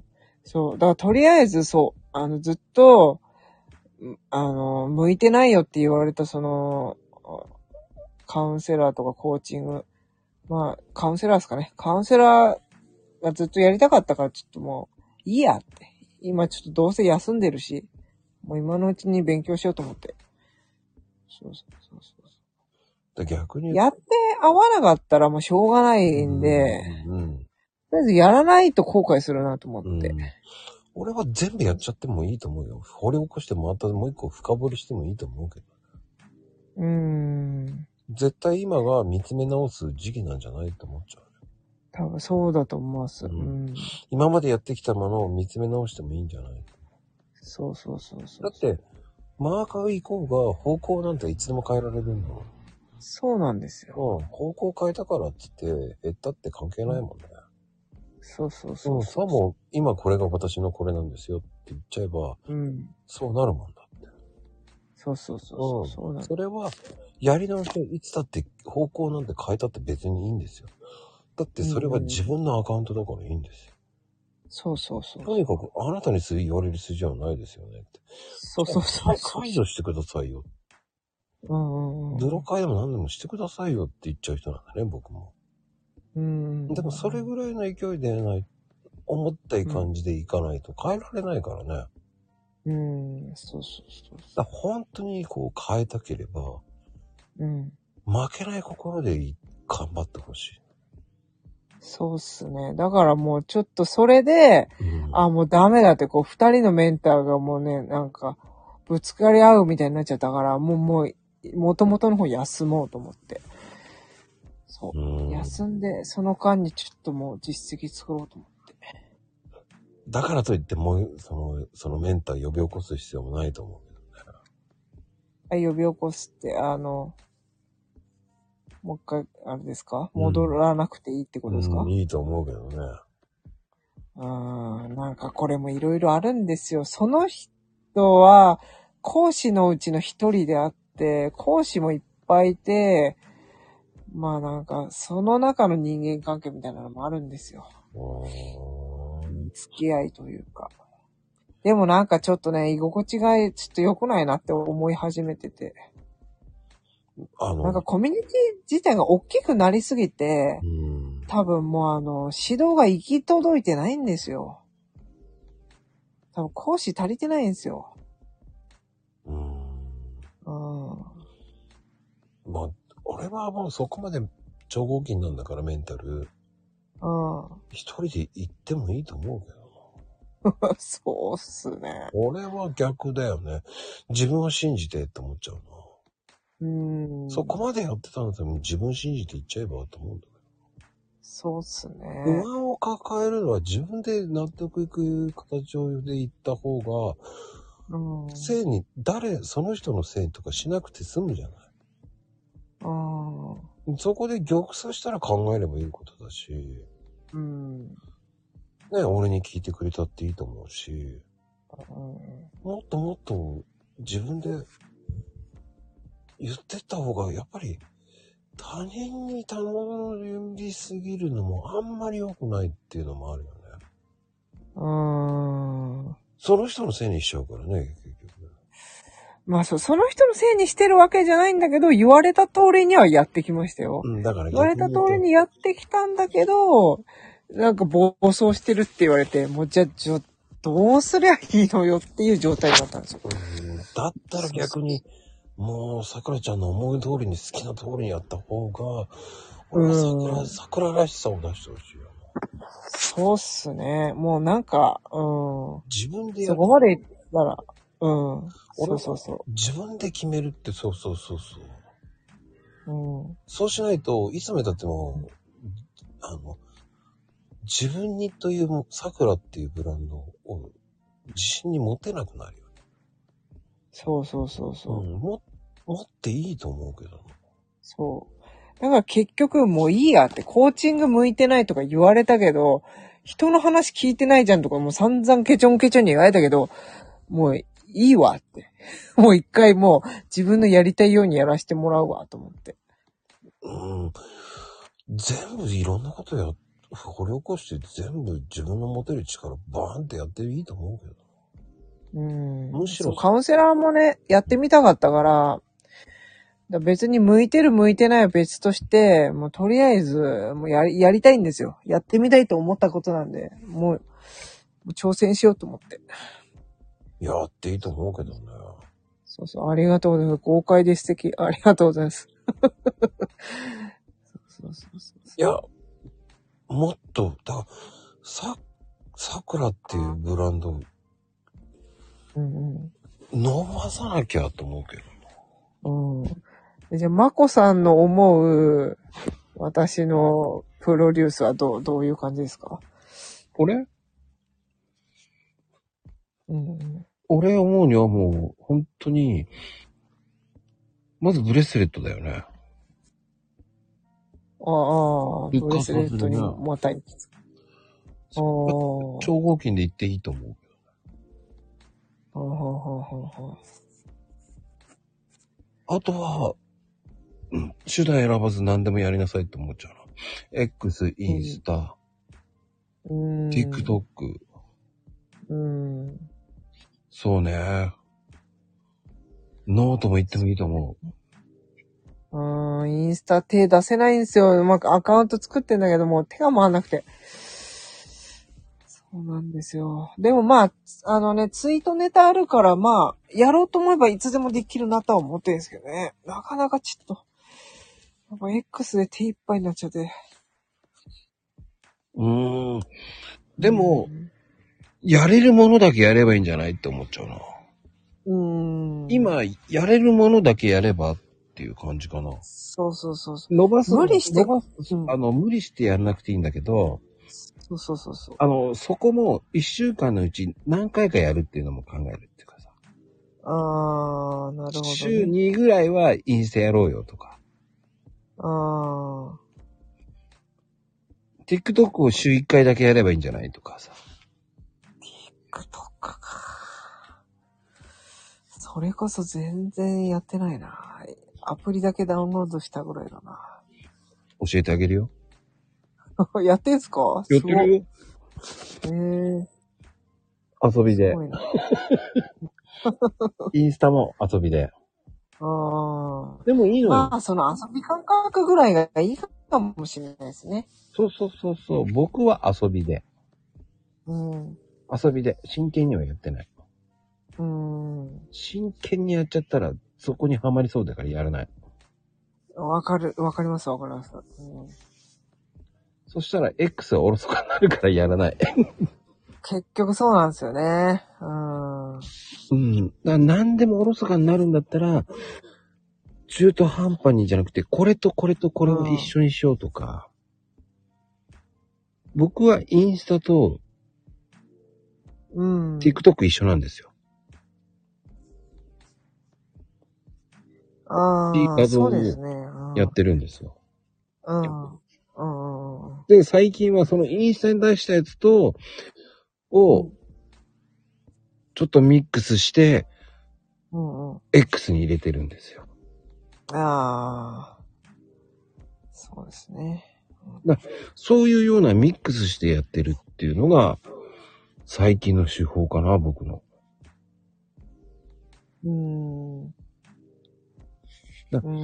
そう。だからとりあえずそう。あの、ずっと、あの、向いてないよって言われたその、カウンセラーとかコーチング。まあ、カウンセラーですかね。カウンセラーがずっとやりたかったからちょっともう、いいやって。今ちょっとどうせ休んでるし、もう今のうちに勉強しようと思って。そうそうそうそう。 だ逆にやって合わなかったらもうしょうがないんで、 うんうん、 とりあえずやらないと後悔するなと思って。 うん、俺は全部やっちゃってもいいと思うよ。掘り起こしてまたもう一個深掘りしてもいいと思うけど。 うーん。 絶対今が見つめ直す時期なんじゃないと思っちゃう。 多分そうだと思います。 ううんん。 今までやってきたものを見つめ直してもいいんじゃない？ そうそうそうそう。 だって、マーカー行こうが方向なんていつでも変えられるんだもん。 そうなんですよ。 うん、方向変えたからっつって、減ったって関係ないもんね。 そうそうそううん、 そう。 そうも、今これが私のこれなんですよって言っちゃえば、 うん。 そうなるもんだって。 そうそうそうそう。 うん。 そうなんそれは、やり直しをいつだって方向なんて変えたって別にいいんですよ。だってそれは自分のアカウントだからいいんですよ。 そうそうそう。 とにかくあなたに言われる筋はないですよねって。 そうそうそう。 解除してくださいよ。 うんうん。 ドロ会でも何でもしてくださいよって言っちゃう人なんだね、僕も。 うん。 でもそれぐらいの勢いでない、思った感じでいかないと変えられないからね。 うん。そうそうそうだから本当にこう変えたければ、 うん。 負けない心で頑張ってほしい。 そうっすね。だからもうちょっとそれで、うん、あ、もうダメだって、こう、二人のメンターがもうね、なんか、ぶつかり合うみたいになっちゃったから、もう、もう、元々の方休もうと思って。そう。うん、休んで、その間にちょっともう実績作ろうと思って。 だからといってもう、その、そのメンター呼び起こす必要もないと思うけどね。 あ、呼び起こすって、あの、もう一回、あれですか？戻らなくていいってことですか？ うん、いいと思うけどね。 うーん、なんかこれもいろいろあるんですよ。その人は、講師のうちの一人であって、講師もいっぱいいて、まあなんか、その中の人間関係みたいなのもあるんですよ。付き合いというか。でもなんかちょっとね、居心地がちょっと良くないなって思い始めてて。あのなんかコミュニティ自体が大きくなりすぎて、うん多分もうあの、指導が行き届いてないんですよ。多分講師足りてないんですよ。 うーん。うん。まあ、俺はもうそこまで超合金なんだからメンタル。うん。一人で行ってもいいと思うけどな。そうっすね。 俺は逆だよね。自分を信じてって思っちゃうな。うーん。そこまでやってたんだったら自分信じて行っちゃえばと思うんだけど。 そうっすね。 不安を抱えるのは自分で納得いく形で行った方が、うん、せいに、誰、その人のせいとかしなくて済むじゃない。うん、そこで玉砕したら考えればいいことだし、うん、ね、俺に聞いてくれたっていいと思うし、うん、もっともっと自分で言ってった方がやっぱり他人に頼りすぎるのもあんまり良くないっていうのもあるよね。うーん。その人のせいにしちゃうからね、結局。 まあそう、その人のせいにしてるわけじゃないんだけど、言われた通りにはやってきましたよ。うん、だから言われた通りにやってきたんだけど、なんか暴走してるって言われて、もうじゃあ、じゃどうすりゃいいのよっていう状態だったんですよ。 うん、だったら逆に、そうそうもう、桜ちゃんの思い通りに好きな通りにやった方が、俺は桜、桜らしさを出してほしいよ。 そうっすね。もうなんか、うん。 自分でやる。そこまで言ったら、うん。そうそうそう。 自分で決めるって、そうそうそうそう。うん。そうしないと、いつまでたっても、あの、 自分にという桜っていうブランドを自信に持てなくなるよね。 そうそうそうそう。 うん、も、持っていいと思うけど。 そう。だから結局もういいやって、コーチング向いてないとか言われたけど、人の話聞いてないじゃんとかもう散々ケチョンケチョンに言われたけど、もういいわって。もう一回もう自分のやりたいようにやらせてもらうわと思って。 うん。全部いろんなことや、掘り起こして全部自分の持てる力バーンってやっていいと思うけど。 うん。 むしろカウンセラーもね、やってみたかったから、だ別に向いてる向いてないは別として、もうとりあえず、もうやり、やりたいんですよ。やってみたいと思ったことなんで、もう、もう挑戦しようと思って。 やっていいと思うけどね。 そうそう、ありがとうございます。豪快で素敵。ありがとうございます。そうそうそうそう。 いや、もっと、だから、さ、桜っていうブランド、 うんうん。 伸ばさなきゃと思うけど。 うん。じゃあ、まこさんの思う、私のプロデュースはどう、どういう感じですか？ 俺うんうん。 俺思うにはもう、本当に、まずブレスレットだよね。 ああ、ブレスレットにまたいくつか。 超合金で言っていいと思う。 はあはあはあはあ。あとは、うん、手段選ばず何でもやりなさいって思っちゃうな。X、インスタ、 うん、 TikTok。 うん。 そうね。ノートも言ってもいいと思う。うん、インスタ手出せないんですよ。うまくアカウント作ってんだけども、手が回んなくて。そうなんですよ。でもまあ、あのね、ツイートネタあるから、まあ、やろうと思えばいつでもできるなとは思ってるんですけどね。なかなかちょっと、やっぱ X で手いっぱいになっちゃって。 うーん。でも、やれるものだけやればいいんじゃないって思っちゃうな。 うーん。 今、やれるものだけやればっていう感じかな。 そうそうそうそう。 伸ばす。 無理して、 伸ばす、うん、あの、無理してやらなくていいんだけど、 そうそうそうそう。 あの、そこも一週間のうち何回かやるっていうのも考えるっていうかさ。 あー、なるほど、ね。 週にぐらいはインスタやろうよとか。 あー。 TikTok を週いっかいだけやればいいんじゃないとかさ。 TikTok か。それこそ全然やってないな。アプリだけダウンロードしたぐらいだな。 教えてあげるよ。 やってんすか？ やってるよ。 へえ。 遊びで。 すごいな。 インスタも遊びで。 ああ。 でもいいのよ。 まあ、その遊び感覚ぐらいがいいかもしれないですね。 そうそうそうそう。僕は遊びで。 うん。 遊びで。真剣にはやってない。 うん。 真剣にやっちゃったら、そこにはまりそうだからやらない。 わかる、わかりますわかります。うん、 そしたら X はおろそかになるからやらない。 結局そうなんですよね。うん。 うん。だから何でもおろそかになるんだったら、中途半端にじゃなくて、これとこれとこれを一緒にしようとか。うん、僕はインスタと、 うん。 TikTok 一緒なんですよ。 ああ。 いい画像をやってるんですよ。 うん。うん。 で、最近はそのインスタに出したやつと、を、ちょっとミックスして、 うんうん、 X に入れてるんですよ。 ああ。そうですね。 だそういうようなミックスしてやってるっていうのが、最近の手法かな、僕の。 うーん。 な, うん、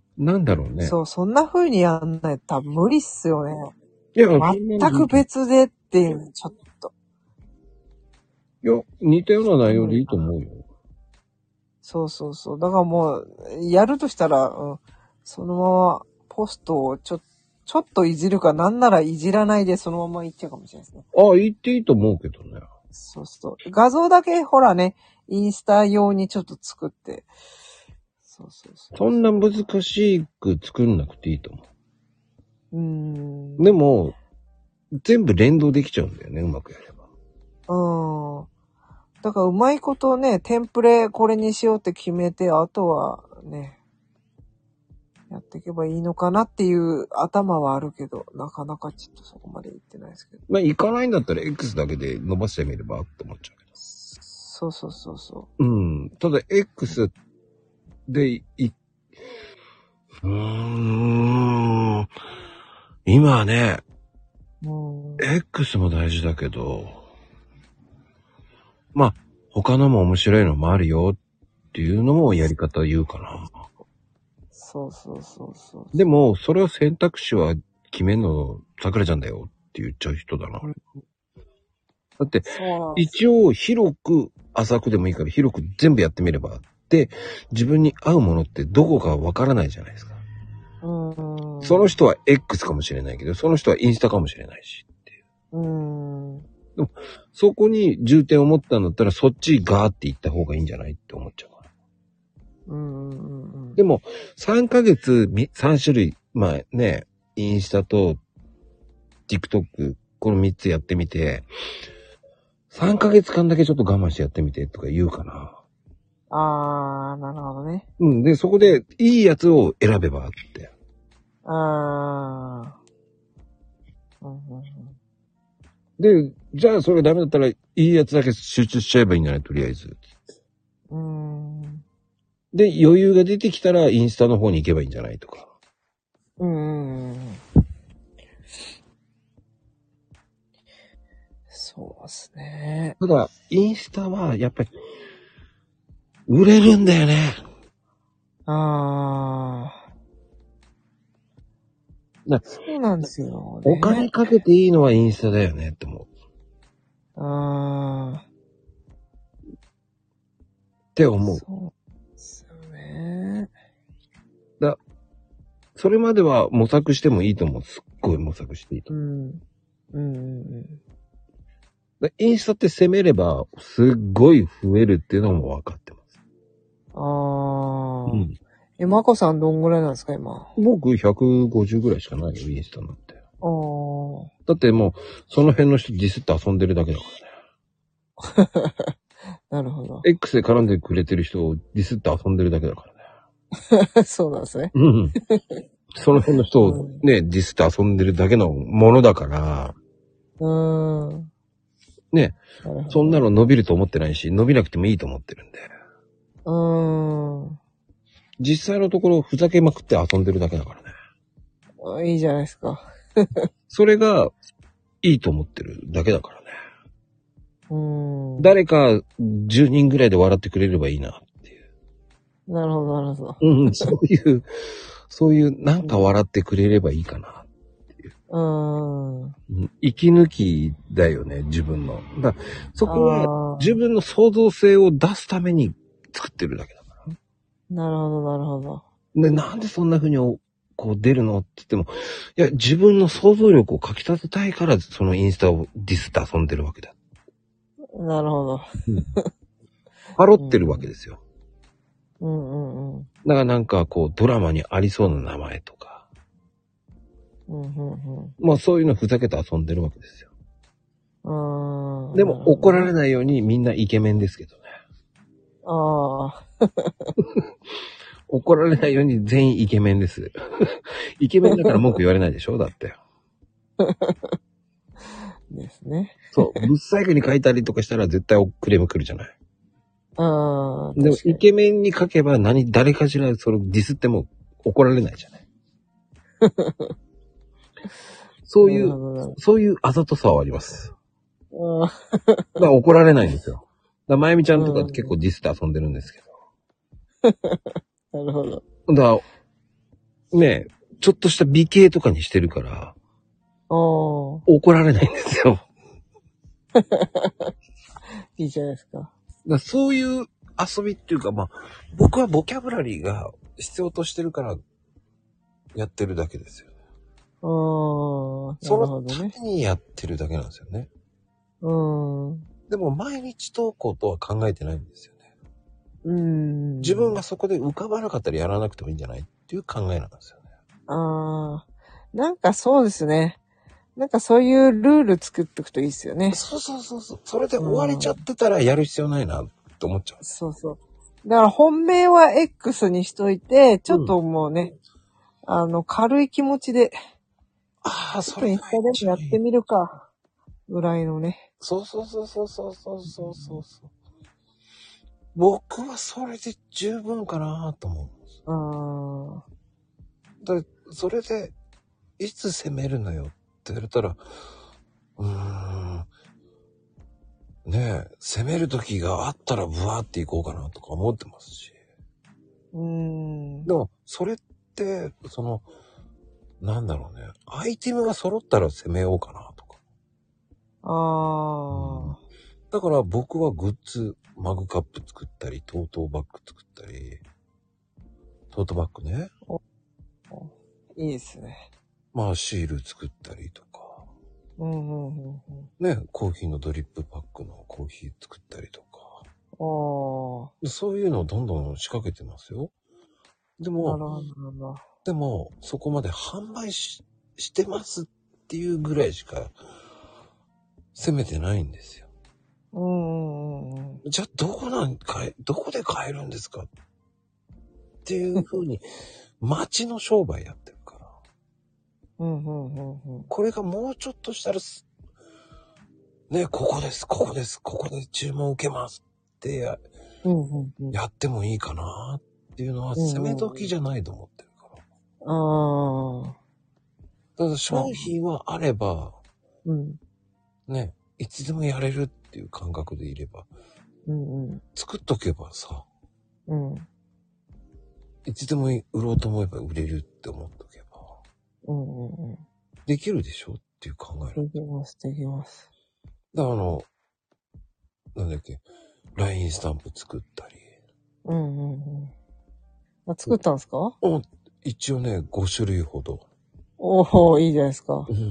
なんだろうね。 そう、そんな風にやんないと多分無理っすよね。 いや、 全く別でっていう、ちょっと。 いや、似たような内容でいいと思うよ。 そうそうそう。だからもう、やるとしたら、うん、そのままポストをちょ、ちょっといじるか、なんならいじらないでそのままいっちゃうかもしれないですね。 ああ、言っていいと思うけどね。 そうそう。画像だけ、ほらね、インスタ用にちょっと作って。そうそうそう。 そんな難しく作んなくていいと思う。 うーん。 でも、 全部連動できちゃうんだよね、うまくやれば。 うん。だからうまいことね、テンプレこれにしようって決めて、あとはね、やっていけばいいのかなっていう頭はあるけど、なかなかちょっとそこまでいってないですけど。 まあ、いかないんだったら X だけで伸ばしてみればって思っちゃうけど。 そうそうそうそう。 うん。ただ X でい、うーん。今はね、 うん。 X も大事だけど、まあ、他のも面白いのもあるよっていうのもやり方を言うかな。 そうそうそうそう。 でも、それを選択肢は決めんの、桜ちゃんだよって言っちゃう人だな。だって、一応広く浅くでもいいから広く全部やってみれば。で、自分に合うものってどこかわからないじゃないですか。 うん。 その人は X かもしれないけど、その人はインスタかもしれないしっていう。 うん。 でも、そこに重点を持ったんだったら、そっちガーって行った方がいいんじゃないって思っちゃうから。 うんうんうん。 でも、さんかげつ、さん種類、まあね、インスタと TikTok、このみっつやってみて、さんかげつかんだけちょっと我慢してやってみてとか言うかな。 あー、なるほどね。 うん。で、そこでいいやつを選べばって。 あー。うんうんうん。 で、じゃあそれダメだったらいいやつだけ集中しちゃえばいいんじゃないとりあえず。 うーん。 で、余裕が出てきたらインスタの方に行けばいいんじゃないとか。 うんうんうん。そうですね。 ただ、インスタはやっぱり売れるんだよね。 あー。 なそうなんですよ、ね。 お金かけていいのはインスタだよねって思う。 あー。 って思う。 そうですよね。 だ、それまでは模索してもいいと思う。すっごい模索していいと思う。 うん。うんうんうん。 だインスタって攻めればすっごい増えるっていうのも分かってます。 あー。 うん。 え、まこさんどんぐらいなんですか、今。 僕ひゃくごじゅうぐらいしかないよ、インスタなんて。 あー。 だってもう、その辺の人ディスって遊んでるだけだからね。 なるほど。 X で絡んでくれてる人をディスって遊んでるだけだからね。 そうなんですね。 うん。その辺の人をね、ディスって遊んでるだけのものだから、 うーん。 ね、そんなの伸びると思ってないし、伸びなくてもいいと思ってるんで。 うーん。 実際のところふざけまくって遊んでるだけだからね。 あ、いいじゃないですか。 それがいいと思ってるだけだからね。 うーん。 誰かじゅうにんぐらいで笑ってくれればいいなっていう。 なるほど、なるほど。 うん、そういう、そういうなんか笑ってくれればいいかな。 うーん。 息抜きだよね、自分の。だからそこはあー自分の創造性を出すために作ってるだけだから。 なるほど、なるほど。 で、なんでそんな風にこう出るのって言っても、いや、自分の想像力をかき立てたいから、そのインスタをディスって遊んでるわけだ。 なるほど。 パロってるわけですよ。 うんうんうん。 だからなんかこう、ドラマにありそうな名前とか。 うんうんうん。 まあそういうのふざけて遊んでるわけですよ。 うーん。 でも怒られい。 ないようにみんなイケメンですけどね。 ああ。 怒られないように全員イケメンです。イケメンだから文句言われないでしょだって。 ですね。 そう。ぶっ細工に書いたりとかしたら絶対クレーム来るじゃない。 ああ。 でもイケメンに書けば何、誰かしらそれをディスっても怒られないじゃない。そういう、そういうあざとさはあります。 ああ。 だから怒られないんですよ。だからまゆみちゃんとか結構ディスって遊んでるんですけど。 なるほど。 だから、ねえ、ちょっとした美形とかにしてるから、 ああ。 怒られないんですよ。 いいじゃないですか。 だからそういう遊びっていうか、まあ、僕はボキャブラリーが必要としてるからやってるだけですよね。 ああ。 そなるほどね。 のためにやってるだけなんですよね。 うん。 でも毎日投稿とは考えてないんですよね。 うん。 自分がそこで浮かばなかったらやらなくてもいいんじゃないっていう考えなんですよね。 ああ。なんかそうですね。 なんかそういうルール作っておくといいですよね。 そうそうそうそう。それで終われちゃってたらやる必要ないなって思っちゃう。 そうそう。だから本命は X にしといて、ちょっともうね、うん、あの、軽い気持ちで、 ああ、それ。インスタでもやってみるか、ぐらいのね。 そうそうそうそうそうそうそうそう。僕はそれで十分かなと思う。ああ。だそれで、いつ攻めるのよって言われたら、うーん。ねえ、攻める時があったらブワーっていこうかなとか思ってますし。うーん。でも、それって、その、なんだろうね。アイテムが揃ったら攻めようかなとか。ああ、うん。だから僕はグッズ、マグカップ作ったり、トートバッグ作ったり、トートバッグね。 いいですね。 まあシール作ったりとか。うんうんうんうん、ね、コーヒーのドリップパックのコーヒー作ったりとか。ああ。そういうのをどんどん仕掛けてますよ。でも、なるほど。でも、そこまで販売 し, してますっていうぐらいしか攻めてないんですよ。うんうんうん。じゃあどこなんかい、どこで買えるんですかっていう風に街の商売やってるから。うんうんうんうん。これがもうちょっとしたらね、ここです、ここです、ここで注文受けますってや、うんうんうん、やってもいいかなっていうのは攻め時じゃないと思ってるから。ああ。だから商品はあれば、うん、ね、いつでもやれるっていう感覚でいれば、うんうん、作っとけばさ、うん、いつでも売ろうと思えば売れるって思っとけば、うんうんうん、できるでしょっていう考え。できます、できます。だからあの、なんだっけ、ライン スタンプ作ったり。うんうんうん。あ、作ったんですか？うん、一応ね、ご種類ほど。おお、いいじゃないですか。うんうん。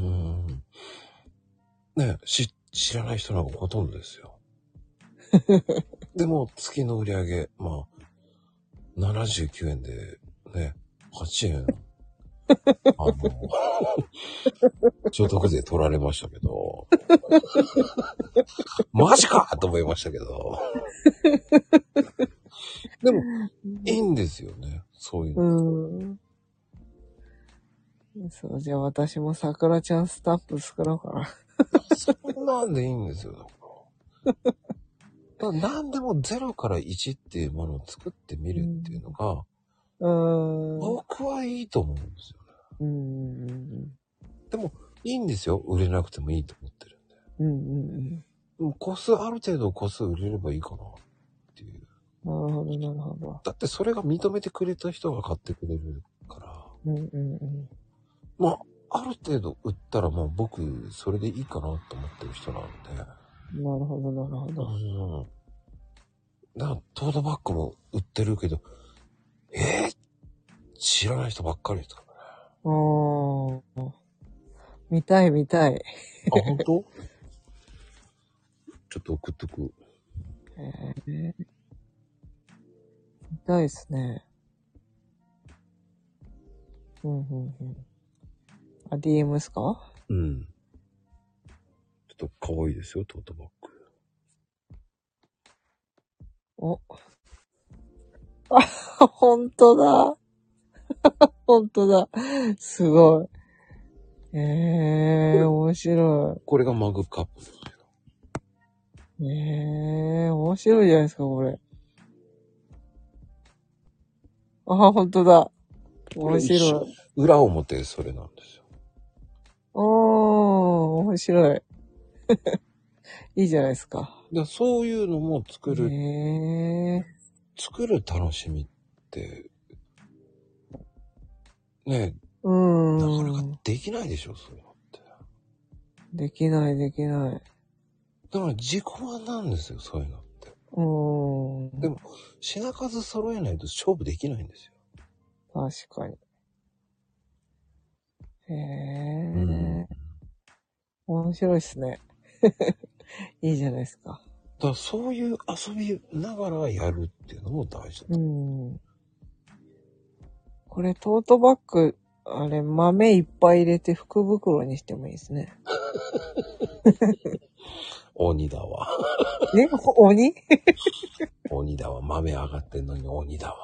ね、し、知らない人なんかほとんどですよ。でも、月の売り上げ、まあ、ななじゅうきゅうえんで、ね、はちえん、あの、所得税取られましたけど、マジかと思いましたけど。でも、いいんですよね、そういうの。うんそう、じゃあ私も桜ちゃんスタンプ作ろうかな。そんなんでいいんですよ、だから。だから何でもゼロからいちっていうものを作ってみるっていうのが、うん、僕はいいと思うんですよね。うん、でも、いいんですよ。売れなくてもいいと思ってるんで。うんうんうん。でも個数、ある程度個数売れればいいかなっていう。なるほど、なるほど。だってそれが認めてくれた人が買ってくれるから。うんうんうん。まあ、ある程度売ったらもう僕、それでいいかなと思ってる人なんで。なるほど、なるほど。うん。だから、トートバッグも売ってるけど、えー、知らない人ばっかりですからね。ああ。見たい、見たい。あ、本当？ちょっと送っとく。へえ。見たいですね。うん、うん、うん。あ、ディーエム ですか？うん。ちょっと可愛いですよ、トートバッグ。お。あ、ほんとだ。ほんとだ。すごい。えー、面白い。これがマグカップですけど。えー、面白いじゃないですか、これ。あ、ほんとだ。面白い。裏表それなんですよ。おー、面白い。いいじゃないですか。だそういうのも作る、へー、作る楽しみって、ね、うーん。なかなかできないでしょ、そういうのって。できない、できない。だから自己満なんですよ、そういうのって。うーん。でも、品数揃えないと勝負できないんですよ。確かに。へえ、うん。面白いっすね。いいじゃないですか。だからそういう遊びながらやるっていうのも大事だと。うん。これトートバッグ、 あれ、豆いっぱい入れて福袋にしてもいいですね。 鬼だわ。 え、鬼鬼だわ。豆上がってんのに鬼だわ。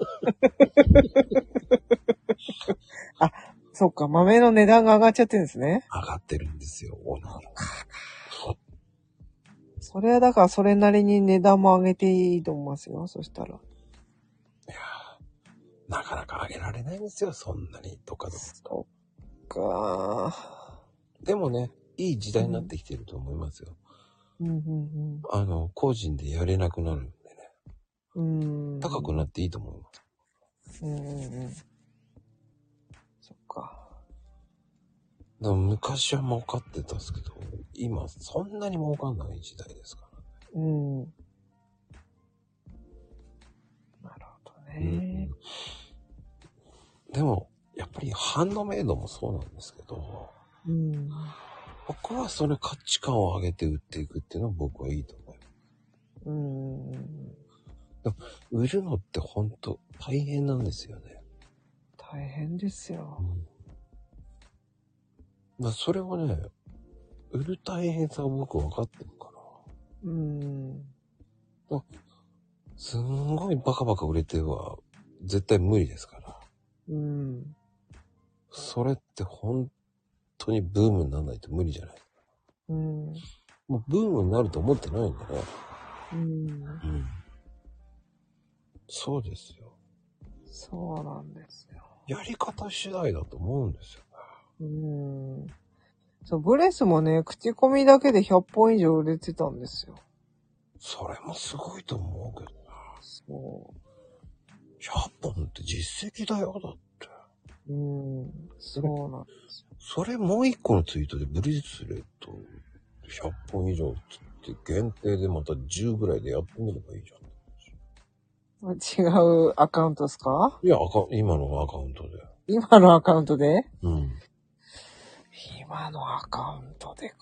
あ、そっか、豆の値段が上がっちゃってるんですね。 上がってるんですよ、鬼が。 それはだからそれなりに値段も上げていいと思いますよ、そしたら。 いやー、なかなか上げられないんですよ、そんなに。とかどそっかでもね、いい時代になってきてると思いますよ。 うんうんあの、個人でやれなくなるんでね。 うん。うん。 高くなっていいと思います。 うんうんうん。そっか。 でも昔は儲かってたんですけど、今そんなに儲かんない時代ですから。 うん。なるほどね。 うん、でも、やっぱりハンドメイドもそうなんですけど、 うん。 僕はそれ価値観を上げて売っていくっていうのは僕はいいと思います。 うん。 でも売るのって本当大変なんですよね。 大変ですよ。 うんまあ、それをね、売る大変さは僕分かってるから。 うん。 すんごいバカバカ売れては絶対無理ですから。 うん。 それって本当にブームにならないと無理じゃない。 うん。 もうブームになると思ってないんだね。 うん。 うん。そうですよ。 そうなんですよ。 やり方次第だと思うんですよね。 うん。そう、ブレスもね、口コミだけでひゃっぽん以上売れてたんですよ。 それもすごいと思うけどな。 そひゃっぽんって実績だよ、だって。 う。うん。そうなんですよ。 それもう一個のツイートでブリスレットひゃっぽん以上つって限定でまたじゅうぐらいでやってみればいいじゃん。 違うアカウントですか？ いや、アカ今のアカウントで。 今のアカウントで？ うん。 今のアカウントでか。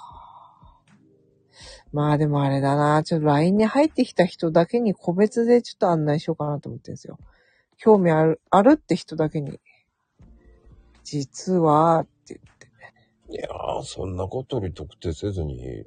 まあでもあれだな。ちょっと ライン に入ってきた人だけに個別でちょっと案内しようかなと思ってるんですよ。興味ある、あるって人だけに。実は、って言って。 いやー、そんなことより特定せずに、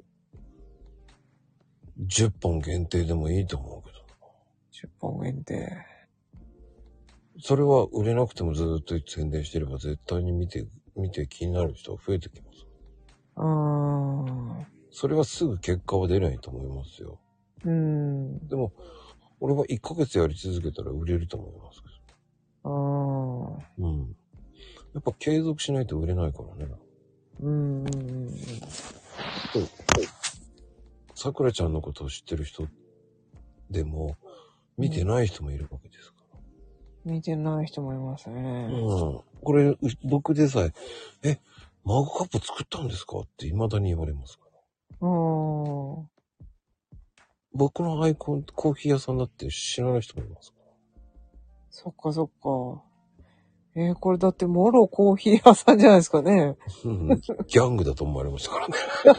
じゅっぽん限定でもいいと思うけど。 じゅっぽん限定。 それは売れなくてもずーっと宣伝してれば絶対に見て、見て気になる人が増えてきます。 うーん。 それはすぐ結果は出ないと思いますよ。 うん。 でも、俺はいっかげつやり続けたら売れると思いますけど。 ああ。 うん。やっぱ継続しないと売れないからね。 うんうんうん。 さくらちゃんのことを知ってる人でも、見てない人もいるわけですから。 見てない人もいますね。 うん。これ、僕でさえ、え、マグカップ作ったんですかって未だに言われますから。 うん。 僕のアイコン、コーヒー屋さんだって知らない人もいますから。 そっかそっか。えー、これだってもろコーヒー屋さんじゃないですかね。 うん、ギャングだと思われましたからね。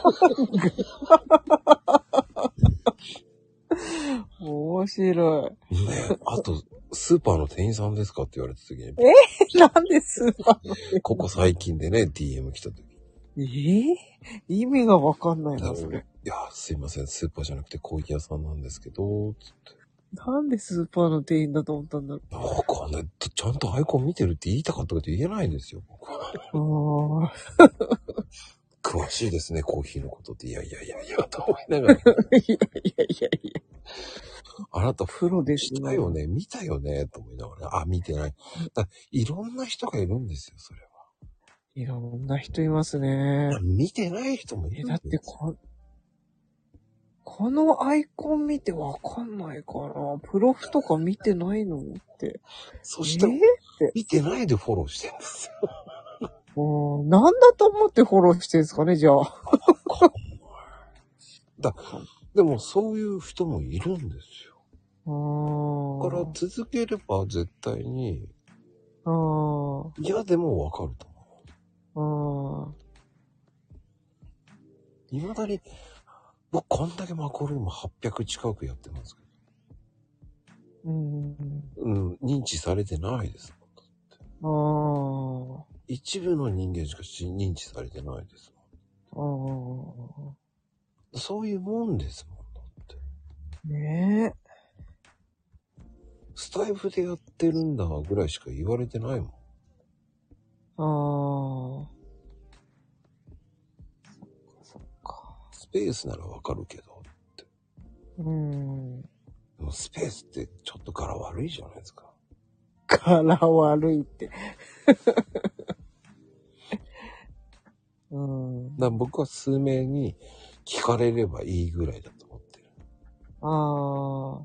面白い。 ねえ、あと、スーパーの店員さんですかって言われた時に、 えなんでスーパーのここ最近でね、ディーエム 来た時。 えー、意味がわかんないな、それ。 いや、すいません、スーパーじゃなくてコーヒー屋さんなんですけど、つって。 なんでスーパーの店員だと思ったんだろう。 わかんない。ちゃんとアイコン見てるって言いたかったけど言えないんですよ、僕は。 あ詳しいですね、コーヒーのことって。いやいやいやいや、と思いながら。 いやいやいやいや。 あなた、 プロですしたよね、見たよね、と思いながら。あ、見てない。だいろんな人がいるんですよ、それは。 いろんな人いますね。 見てない人もいえ、 るんだってこ、このアイコン見てわかんないかな。プロフとか見てないのって。 そして、 えー、って見てないでフォローしてるんですよ。 うん、なんだと思ってフォローしてるんですかね、じゃあ。 だでもそういう人もいるんですよ。 あだから続ければ絶対にあ。 嫌でもわかると思う。ああ。 いまだに僕こんだけマコルームはっぴゃく近くやってますけど。 うん。 うん、認知されてないです。 ああ。 一部の人間しか認知されてないですもん。ああ。 そういうもんですもんだって。 ねえ。 スタイフでやってるんだぐらいしか言われてないもん。 ああ。そっかそっか。 スペースならわかるけどって。 うん。 でもスペースってちょっと柄悪いじゃないですか。 柄悪いって。うん。 だから僕は数名に聞かれればいいぐらいだと思ってる。 ああ。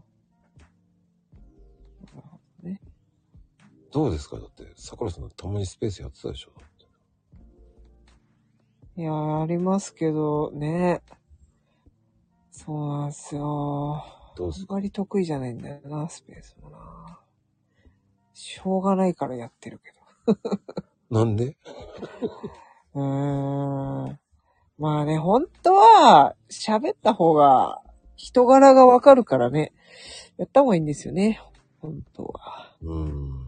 なるほどね。 どうですか？だって桜さんたまにスペースやってたでしょ？だっていやー、ありますけど、ね。そうなんですよ。 どうですか？ あんまり得意じゃないんだよな、スペースもな。しょうがないからやってるけど。 なんで？ うーん。まあね、本当は、喋った方が、人柄がわかるからね、やった方がいいんですよね。本当は。 うーん。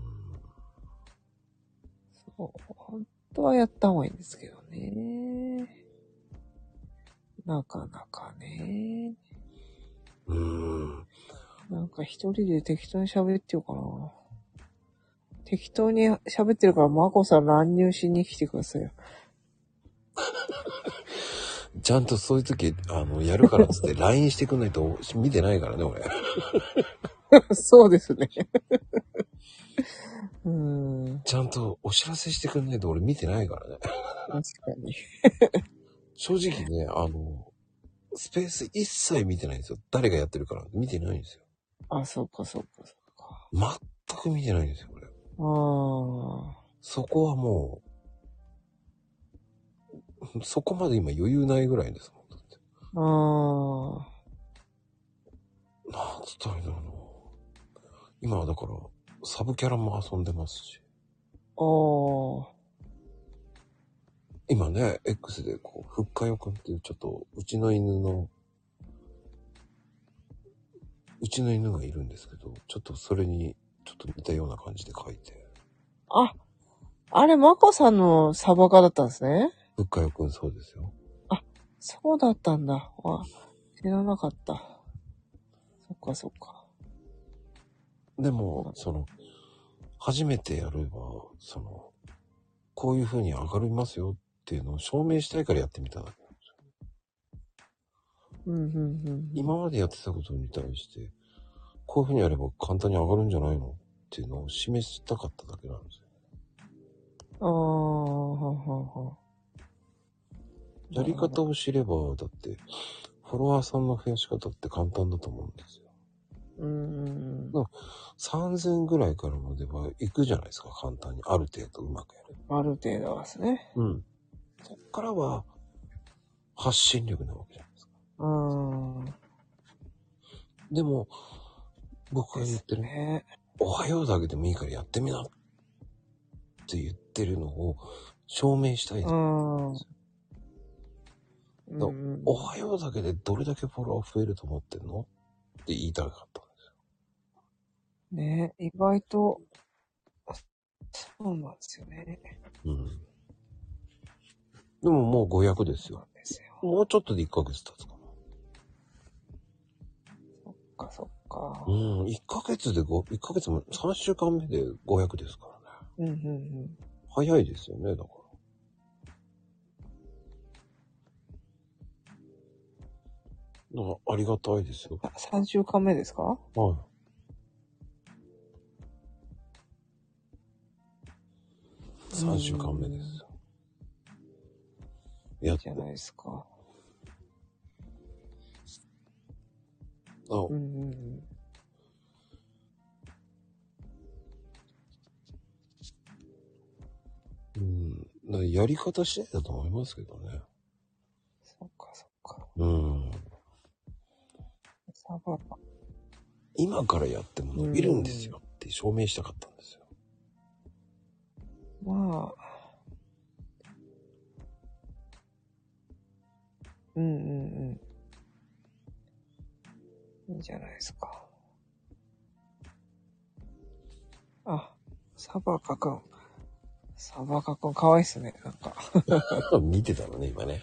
そう。本当はやった方がいいんですけどね。なかなかね。 うーん。 なんか一人で適当に喋ってようかな。適当に喋ってるから、まこさん乱入しに来てくださいよ。 ちゃんとそういう時、あの、やるからっつって ライン してくんないと見てないからね、俺。 そうですね。うーん。 ちゃんとお知らせしてくんないと俺見てないからね。 確かに。 正直ね、あの、スペース一切見てないんですよ。誰がやってるから見てないんですよ。 あ、そうか、そうか、そうか。 全く見てないんですよ、これ。 ああ。 そこはもう、そこまで今余裕ないぐらいですもん。だって。 あなんつったらいいんだろうな。今はだから、サブキャラも遊んでますし。 あ。ああ。 今ね、X でこう、ふっかよくんっていうちょっと、うちの犬の、うちの犬がいるんですけど、ちょっとそれに、ちょっと似たような感じで書いて。 あ、あれ、まこさんのサバカだったんですね。 ふっかよくんそうですよ。 あ、そうだったんだ。あ、知らなかった。そっかそっか。 でも、その、初めてやれば、その、こういう風に上がりますよっていうのを証明したいからやってみただけなんですよ。 うん、うん、うん。 今までやってたことに対して、こういう風にやれば簡単に上がるんじゃないのっていうのを示したかっただけなんですよ。 ああ、ははは。 やり方を知れば、だって、フォロワーさんの増やし方って簡単だと思うんですよ。 うん。 さんぜんぐらいからまでは行くじゃないですか、簡単に。ある程度うまくやれば。 ある程度はですね。 うん。そっからは、発信力なわけじゃないですか。 うん。 でも、僕が言ってる、 ね、 おはようだけでもいいからやってみなって言ってるのを証明したいです。 うん。 だおはようだけでどれだけフォロワー増えると思ってんのって言いたかったんですよ。 ね、意外と、そうなんですよね。 うん。でももうごひゃくですよ。 ですよ。 もうちょっとでいっかげつ経つかな。 そっかそっか。 うん、いっかげつでご、いっかげつもさんしゅうかんめでごひゃくですからね。 うんうんうん。 早いですよね、だから。だからありがたいですよ。 あ、さんしゅうかんめですか？ はい。さんしゅうかんめです。 いいじゃないですか。 あ、 うんうんうん。 うん。だからやり方次第だと思いますけどね。 そっかそっか。 うん。 サババ。 今からやっても伸びるんですよって証明したかったんですよ。 まあ。うんうんうん。いいじゃないですか。あ、サバカくん。 サバカくんかわいいっすね、なんか。 見てたのね、今ね。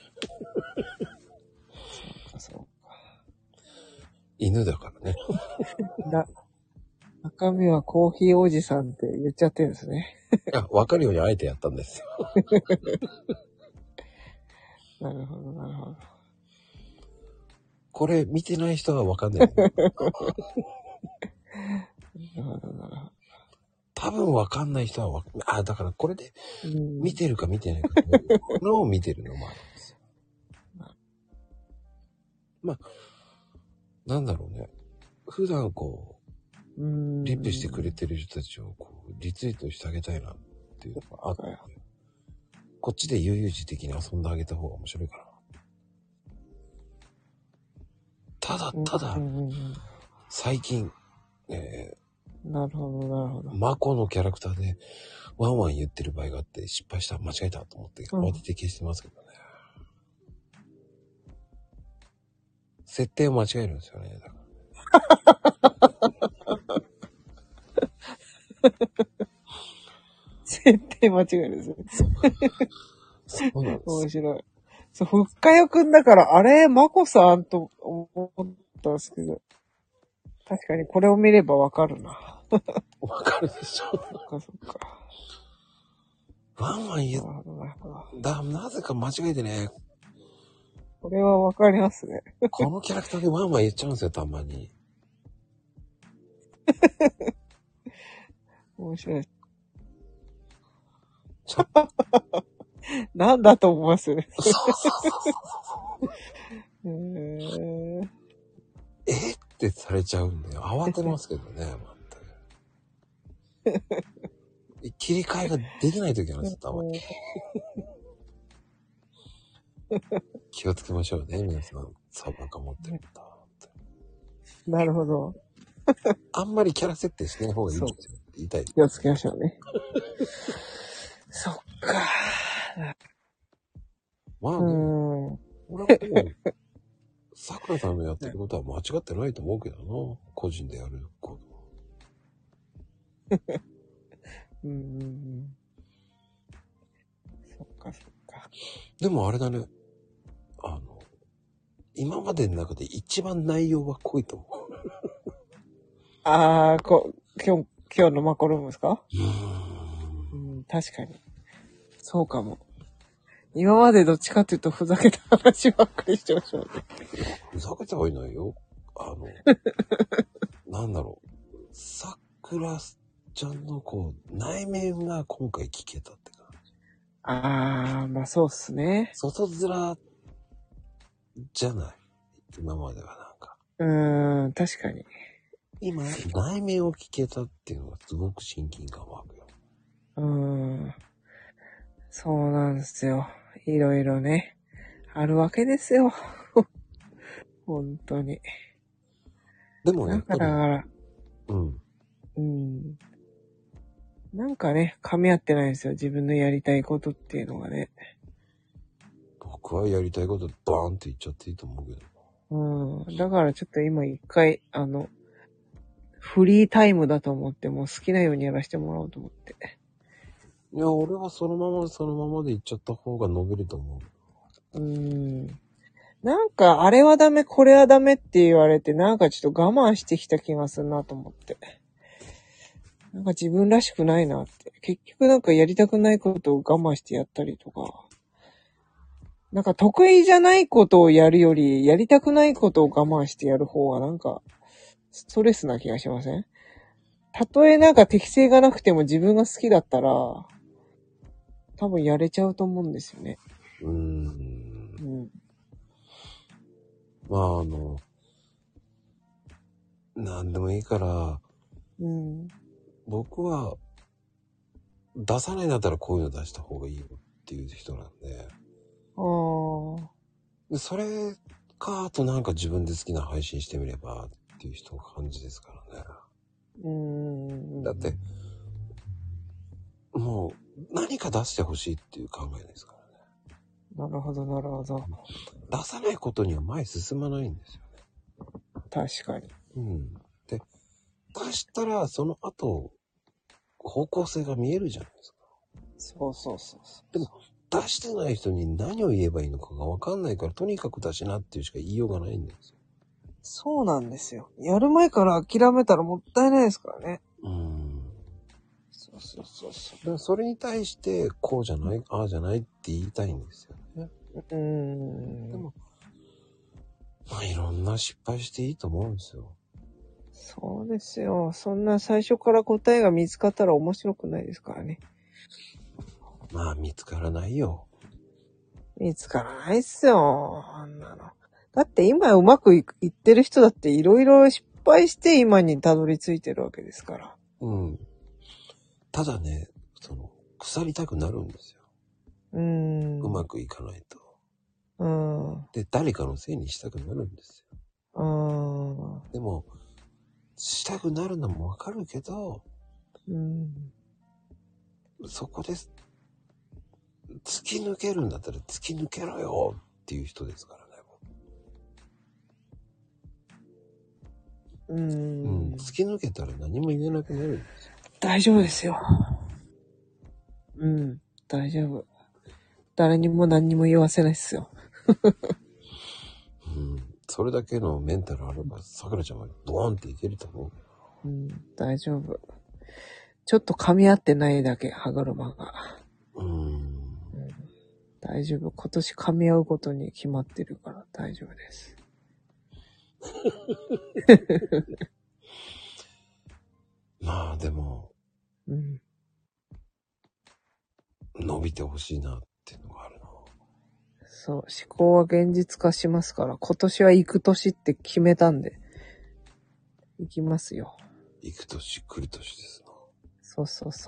そうか、そうか。 犬だからね。 な、中身はコーヒーおじさんって言っちゃってるんですね。 あ、わかるようにあえてやったんですよ。 なるほど、なるほど。 これ見てない人はわかんない。 なるほど、なるほ多分わかんない人はわかんない。あ、だからこれでど。うん、 見てるか見てないかのを見てるのもあるんですよ。まあ、なんだろうね。普段こう、 うん。 リップしてくれてる人たちをこう、リツイートしてあげたいなっていうのがあって、こっちで悠々自適に遊んであげた方が面白いかな。ただ、ただ、 うんうんうん、 最近、えなるほど、なるほど。 ー、マコのキャラクターでワンワン言ってる場合があって失敗した、間違えたと思って慌てて消してますけどね。設定を間違えるんですよね。だから設定間違えるんですね。 そうなんです。 面白い。そう、ふっかよくんだから、あれ、まこさんと思ったんですけど、確かにこれを見ればわかるな。 わかるでしょ。 そっかそっか。 ワンワン言なるほど、なるほど。 だ、なぜか間違えてね、 これはわかりますね。 このキャラクターでワンワン言っちゃうんですよ、たまに。 面白い。なんだと思いますね。 そうそうそうえー、 えってされちゃうんで、慌てますけどね、全く。切り替えができない時なんですよ、たまに。気をつけましょうね、皆さん。サバカ持ってるんだって。 なるほど。 あんまりキャラ設定しない方がいいんですよって言いたい。 気をつけましょうね。そっか。 まあ、 うでも、 ーん。 俺はもう、桜さんのやってることは間違ってないと思うけどな。個人でやること。 うんうんうん。そっかそっか。 でもあれだね。あの、今までの中で一番内容は濃いと思う。 あー、こ、今日、今日のマコルームですか？ うーん。 うん、確かに。そうかも。今までどっちかっていうとふざけた話ばっかりしてましたね。 ふざけてはいないよ。あの、なんだろう。桜ちゃんのこう、内面が今回聞けたって感じ。 あー、まあそうっすね。 外面じゃない。今まではなんか。 うーん、確かに。 今、内面を聞けたっていうのがすごく親近感湧くよ。 うーん。そうなんですよ。いろいろね。あるわけですよ。本当に。 でもやだっぱり、 から、 うん。 うん。なんかね、噛み合ってないんですよ。自分のやりたいことっていうのがね。 僕はやりたいことバーンって言っちゃっていいと思うけど。 うん。だからちょっと今一回、あの、フリータイムだと思って、もう好きなようにやらせてもらおうと思って。 いや、俺はそのままそのままで言っちゃった方が伸びると思う。 うーん。なんか、あれはダメ、これはダメって言われて、なんかちょっと我慢してきた気がするなと思って。なんか自分らしくないなって。結局なんかやりたくないことを我慢してやったりとか。なんか得意じゃないことをやるより、やりたくないことを我慢してやる方がなんか、ストレスな気がしません？たとえなんか適性がなくても自分が好きだったら、多分やれちゃうと思うんですよね。 うーん。 うん。 まあ、あの、なんでもいいから、 うん。 僕は、出さないんだったらこういうの出した方がいいよっていう人なんで。 ああ。 でそれか、あとなんか自分で好きな配信してみればっていう人の感じですからね。 うーん。 だって、もう何か出してほしいっていう考えですからね。 なるほど、なるほど。 出さないことには前進まないんですよね。 確かに。 うん。で、出したらその後、方向性が見えるじゃないですか。 そうそうそうそう。 でも、出してない人に何を言えばいいのかがわかんないから、とにかく出しなっていうしか言いようがないんですよ。 そうなんですよ。やる前から諦めたらもったいないですからね。 うーん。 そうそうそうそだからそれに対して、こうじゃない、ああじゃないって言いたいんですよね。 う。うーん。 でも、まあいろんな失敗していいと思うんですよ。 そうですよ。そんな最初から答えが見つかったら面白くないですからね。 まあ見つからないよ。 見つからないっすよ。あんなの。だって今うまくいいってる人だっていろいろ失敗して今にたどり着いてるわけですから。 うん。ただね、その、腐りたくなるんですよ。 うーん。 うまくいかないと。 うん。 で、誰かのせいにしたくなるんですよ。 うん。 でも、したくなるのもわかるけど、 うん。 そこで突き抜けるんだったら突き抜けろよっていう人ですからね。 うーん。 うん、突き抜けたら何も言えなくなるんですよ。 大丈夫ですよ。うん。大丈夫。誰にも何にも言わせないっすよ。 うん。それだけのメンタルあれば、さくらちゃんはドーンっていけると思うん。大丈夫。ちょっと噛み合ってないだけ、歯車が。 う。うーん。 うん、大丈夫。今年噛み合うことに決まってるから大丈夫です。 まあでも、 うん。 伸びてほしいなっていうのがあるな。 そう、思考は現実化しますから、今年は行く年って決めたんで、行きますよ。 行く年来る年ですな。 そうそうそう。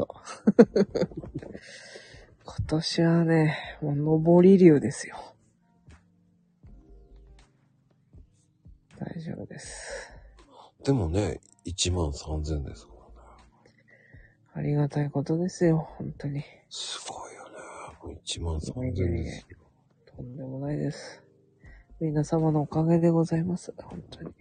今年はね、もう上り流ですよ。大丈夫です。 でもね、いちまんさんぜんですからね。 ありがたいことですよ、本当に。 すごいよね。もういちまんさんぜんですよ。 とんでもないです。皆様のおかげでございます、本当に。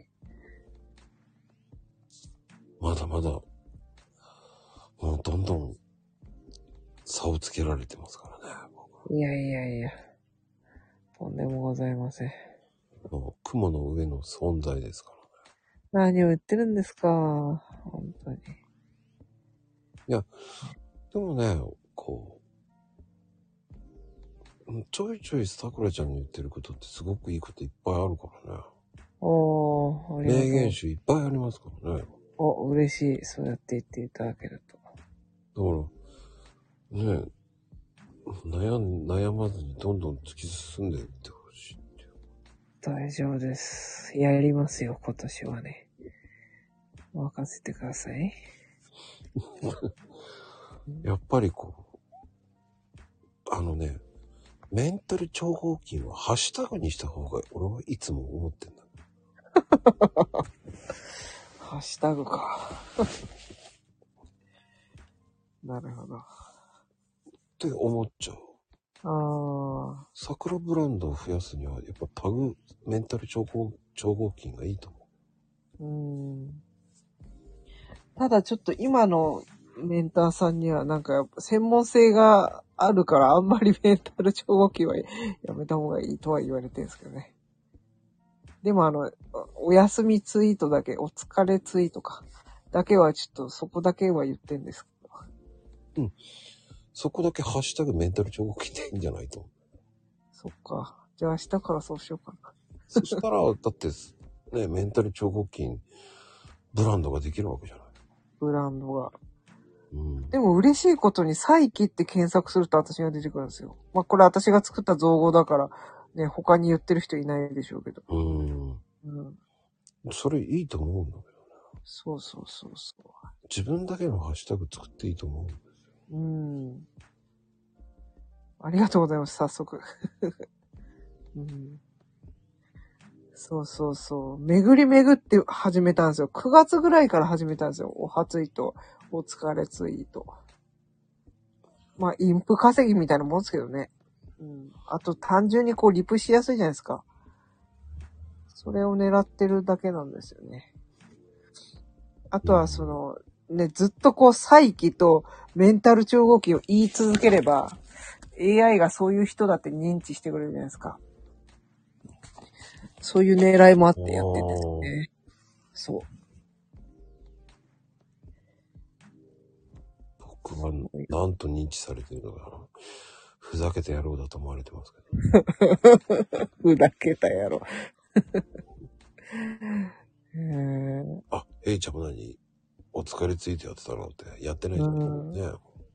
まだまだ、もうどんどん差をつけられてますからね。 いやいやいや。とんでもございません。 もう雲の上の存在ですからね。 何を言ってるんですか、本当に。 いや、でもね、こう、ちょいちょいさくらちゃんの言ってることってすごくいいこといっぱいあるからね。 おー、ありがとう。 名言集いっぱいありますからね。 お、嬉しい。そうやって言っていただけると。 だから、ねえ、悩ん、悩まずにどんどん突き進んでいってほしいっていう。 大丈夫です。やりますよ、今年はね。任せてください。 やっぱりこう、あのね、メンタル超合金はハッシュタグにした方が俺はいつも思ってんだ。 ハッシュタグか。なるほど。 って思っちゃう。 ああ。 桜ブランドを増やすには、やっぱタグ、メンタル超合超合金がいいと思うーん。ただちょっと今のメンターさんにはなんかやっぱ専門性があるからあんまりメンタル超合金はやめた方がいいとは言われてるんですけどね。でもあの、お休みツイートだけ、お疲れツイートか。だけはちょっとそこだけは言ってんですけど。 う。うん。そこだけハッシュタグメンタル超合金でいいんじゃないと。 そっか。じゃあ明日からそうしようかな。 そしたら、だって、ね、メンタル超合金、ブランドができるわけじゃない。 ブランドが。 うん。 でも嬉しいことに再起って検索すると私が出てくるんですよ。まあこれ私が作った造語だから、ね、他に言ってる人いないでしょうけど。 うん。 うん。 それいいと思うんだけどね。 そうそうそうそ自分だけのハッシュタグ作っていいと思うんですよ。 う。うん。ありがとうございます、早速。うん、そうそうそう。巡り巡って始めたんですよ。くがつぐらいから始めたんですよ。おはツイート、お疲れツイート。まあ、インプ稼ぎみたいなもんですけどね。うん。あと単純にこうリプしやすいじゃないですか。それを狙ってるだけなんですよね。あとはその、 ね、ずっとこう、再起とメンタル超合金を言い続ければ、エーアイ がそういう人だって認知してくれるじゃないですか。そういう狙いもあってやってるんですよね。そう。 僕はなんと認知されてるのかな。ふざけた野郎だと思われてますけど。 ふざけた野郎。へーあ、ヘイちゃんも何お疲れついてやってたのってやってないじゃんね。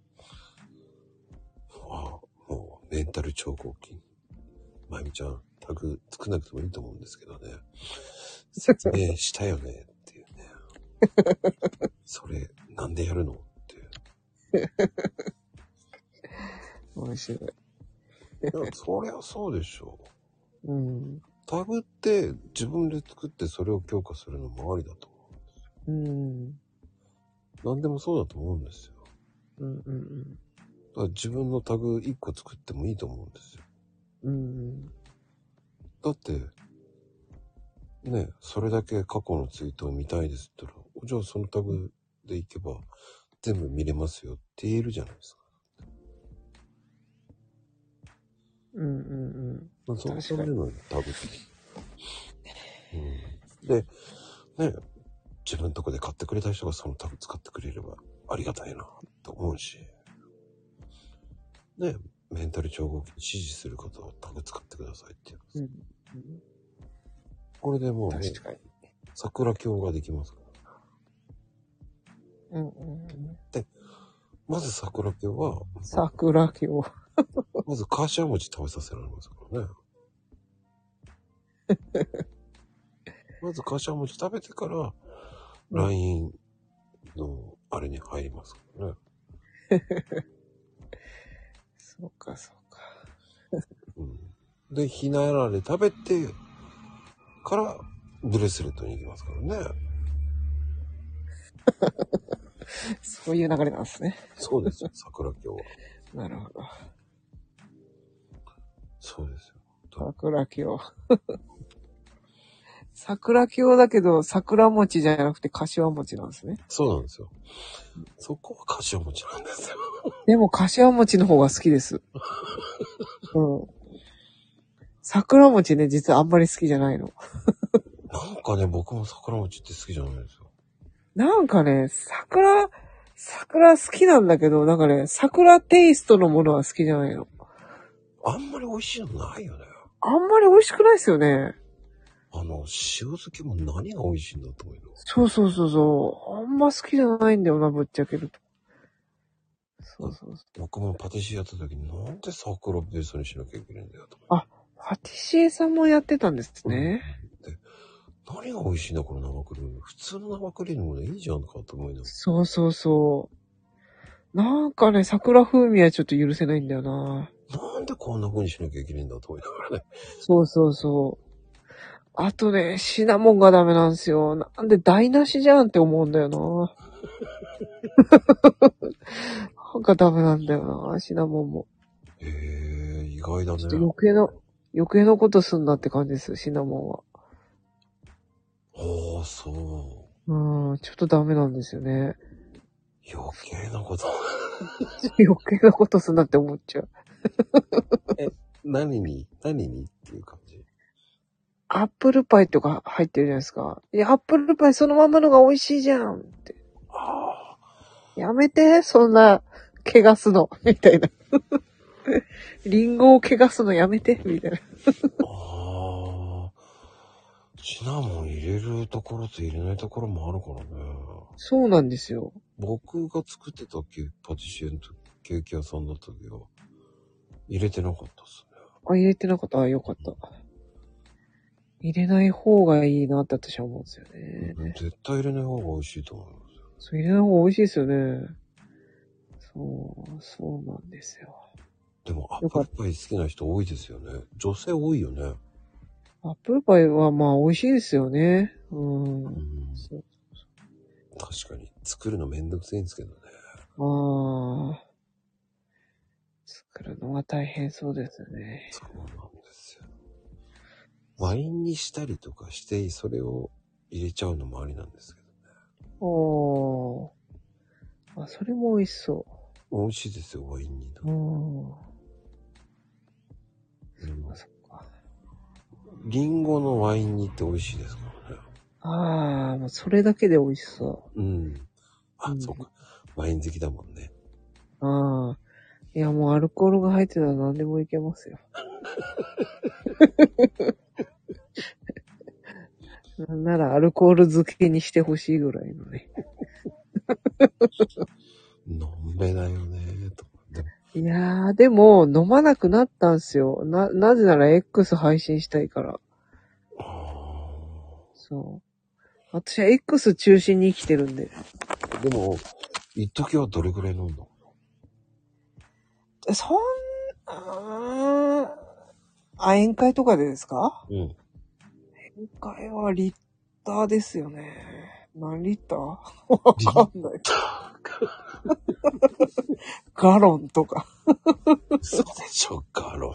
あ、もうメンタル超合金。まゆみちゃん、タグ作んなくてもいいと思うんですけどね。説明したよねっていうね。それ、なんでやるのっていう。 面白い。 いや、そりゃそうでしょう。うん。 タグって自分で作ってそれを強化するのもありだと思うんですよ。 うん。 何でもそうだと思うんですよ。 うんうんうん。 だから自分のタグいっこ作ってもいいと思うんですよ。 うん。 だって、ね、それだけ過去のツイートを見たいですって言ったら、じゃあそのタグでいけば全部見れますよって言えるじゃないですか。 うんうんうん。 まあ、そのためのタグって。うん。で、ね、自分のとこで買ってくれた人がそのタグ使ってくれればありがたいなと思うし、ね、メンタル超合金支持する方はタグ使ってくださいって言うんです。うんうん、これでもうね、 確かに。 桜経ができますから。 うんうんうん。 で、まず桜経は、 桜経。 まず柏餅食べさせられますからね。まず柏餅食べてから、ライン のあれに入りますからね。 そうか、そうか。 うん、で、ひなられ食べてから、ブレスレットに行きますからね。 そういう流れなんですね。 そうですよ、桜経は。 なるほど。 そうですよ。 桜経。桜経だけど、桜餅じゃなくて柏餅なんですね。 そうなんですよ。そこは柏餅なんですよ。 でも柏餅の方が好きです。うん。桜餅ね、実はあんまり好きじゃないの。 なんかね、僕も桜餅って好きじゃないんですよ。 なんかね、桜、桜好きなんだけど、なんかね、桜テイストのものは好きじゃないの。 あんまり美味しいのないよね。 あんまり美味しくないですよね。 あの、塩漬けも何が美味しいんだと思うの。 そうそうそうそう。あんま好きじゃないんだよな、ぶっちゃけると。そうそうそう。 僕もパティシエやった時になんで桜ベースにしなきゃいけないんだよと思あ、パティシエさんもやってたんですね。 うん、で、何が美味しいんだこの生クリーム。普通の生クリームでいいじゃんかと思いながら。 そうそうそう。なんかね、桜風味はちょっと許せないんだよな。 なんでこんな風にしなきゃいけないんだと思いながらね。 そうそうそう。あとね、シナモンがダメなんですよ。なんで台無しじゃんって思うんだよな。なんかダメなんだよな、シナモンも。 へえ、意外だね。 ちょっと余計な、余計なことすんなって感じです、シナモンは。 ああ、そう。 うん、ちょっとダメなんですよね。 余計なこと。 余計なことすんなって思っちゃう。 え、何に何にっていう感じ。 アップルパイとか入ってるじゃないですか。いや、アップルパイそのままのが美味しいじゃんって。 ああ。 やめて、そんな、汚すの、みたいな。リンゴを汚すのやめて、みたいな。 ああ。シナモン入れるところと入れないところもあるからね。 そうなんですよ。 僕が作ってたパティシエの時、ケーキ屋さんだった時は、入れてなかったっすね。 あ、入れてなかった。あ、よかった。入れない方がいいなって私は思うんですよね。 うん、絶対入れない方が美味しいと思いますよ。 そう、入れない方が美味しいですよね。そう、そうなんですよ。 でも、アップルパイ好きな人多いですよね。女性多いよね。 アップルパイはまあ美味しいですよね。うん。うん、そう確かに。作るのめんどくさいんですけどね。 ああ。作るのが大変そうですね。 そうなんですよ。ワインにしたりとかして、それを入れちゃうのもありなんですけどね。 おー。 あ、それも美味しそ美味しいですよ、ワイン煮だ。 う。うん。 うんあ、そっか。 リンゴのワイン煮って美味しいですからね。 ああ、もうそれだけで美味しそうん。あ、 うん、 そうか。ワイン好きだもんね。 う。ああ。いや、もうアルコールが入ってたら何でもいけますよ。なんならアルコール漬けにしてほしいぐらいのね。 のんべだよね、とか。でもいやー、でも飲まなくなったんすよ。な、なぜなら X 配信したいから。 あそう。私は X 中心に生きてるんで。 ーでも、一時はどれくらい飲んだ？ そん、あー、あ、宴会とかでですか？ うん。 宴会はリッターですよね。何リッターわかんない。ガロンとか。 そうでしょ、ガロン。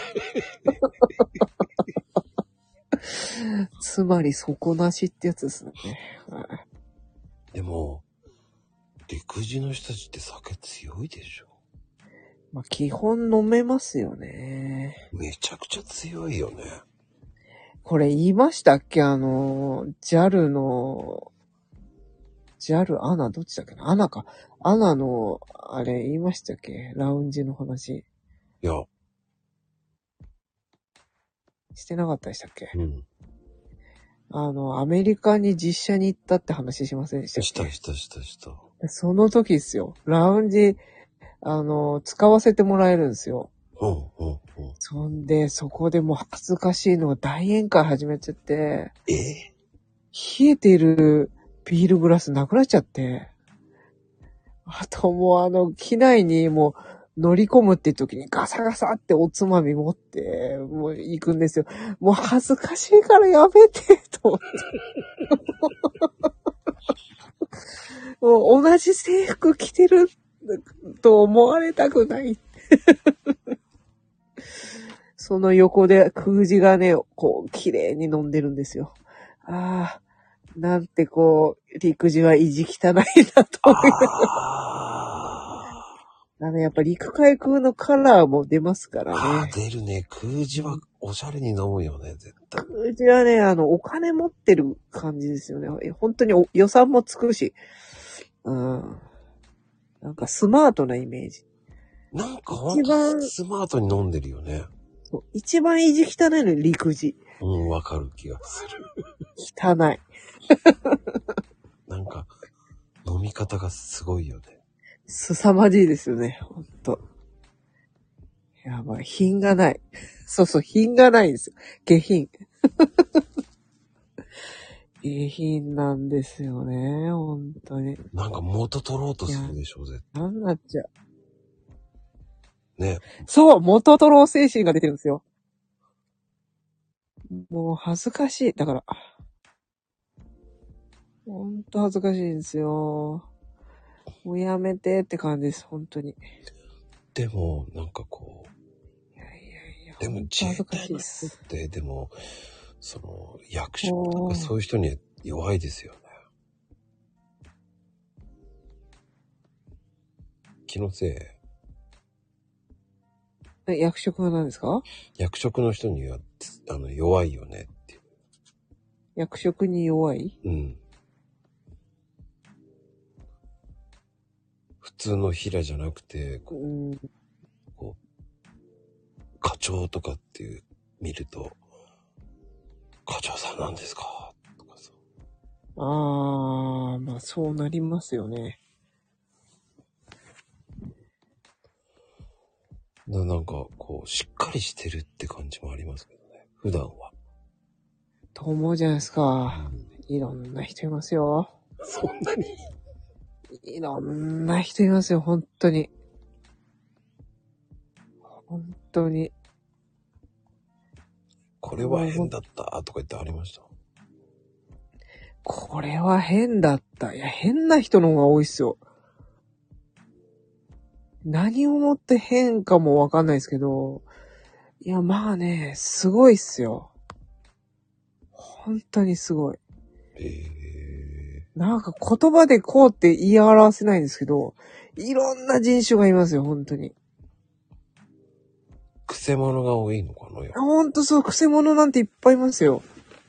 つまり底なしってやつですね。はい、 でも、陸自の人たちって酒強いでしょ。 まあ、基本飲めますよね。 めちゃくちゃ強いよね。 これ言いましたっけ？あの、ジャル の、ジャル、アナ、どっちだっけな？アナか。アナの、あれ言いましたっけ？ラウンジの話。 いや。 してなかったでしたっけ？ うん。 あの、アメリカに実写に行ったって話しませんでしたっけ？ したしたしたした。 その時ですよ。ラウンジ、あの、使わせてもらえるんですよ。 うんうんうん。 そんで、そこでもう恥ずかしいのが大宴会始めちゃって、 え冷えてるビールグラスなくなっちゃって、あともうあの、機内にもう乗り込むって時にガサガサっておつまみ持って、もう行くんですよ。もう恥ずかしいからやめて、と思って。もう同じ制服着てると思われたくない。その横で空自がね、こう、綺麗に飲んでるんですよ。ああ、なんてこう、陸自は意地汚いなと思いながら。あの、やっぱ陸海空のカラーも出ますからね。 ああ、出るね。空自はおしゃれに飲むよね、絶対。 空自はね、あの、お金持ってる感じですよね。本当にお予算もつくし。うん。なんかスマートなイメージ。 なんかほんとスマートに飲んでるよね。 そう。一番意地汚いのに陸自。 うん、わかる気がする。 汚い。 なんか、飲み方がすごいよね。 凄まじいですよね、ほんと。やばい、品がない。そうそう、品がないんですよ。下品。下品なんですよね、ほんとに。 なんか元取ろうとするでしょ、絶対。 なんなっちゃう。 ね。 そう、元取ろう精神が出てるんですよ。もう恥ずかしい。だから、ほんと恥ずかしいんですよ。もうやめてって感じです、ほんとに。 でも、なんかこう。 いやいやいや、 でも自衛隊の人って、でも、その、役所とかそういう人に弱いですよね。気のせい。 え、役職は何ですか？ 役職の人には、あの、弱いよねっていう。 役職に弱い？ うん。普通の平じゃなくて、こう、うん、こう課長とかっていう、見ると、課長さんなんですかとかさ。 あー、まあそうなりますよね。 ななんか、こう、しっかりしてるって感じもありますけどね。普段は。 と思うじゃないですか。うん、いろんな人いますよ。 そんなにいろんな人いますよ、本当に。本当に。 これは変だったとか言ってありました。 これは変だった。いや、変な人の方が多いっすよ。何をもって変かもわかんないですけど、いや、まあね、すごいっすよ。本当にすごい。 えなんか言葉でこうって言い表せないんですけど、いろんな人種がいますよ、本当に。 くせ者が多いのかなよ。 ほんとそう、くせ者なんていっぱいいますよ。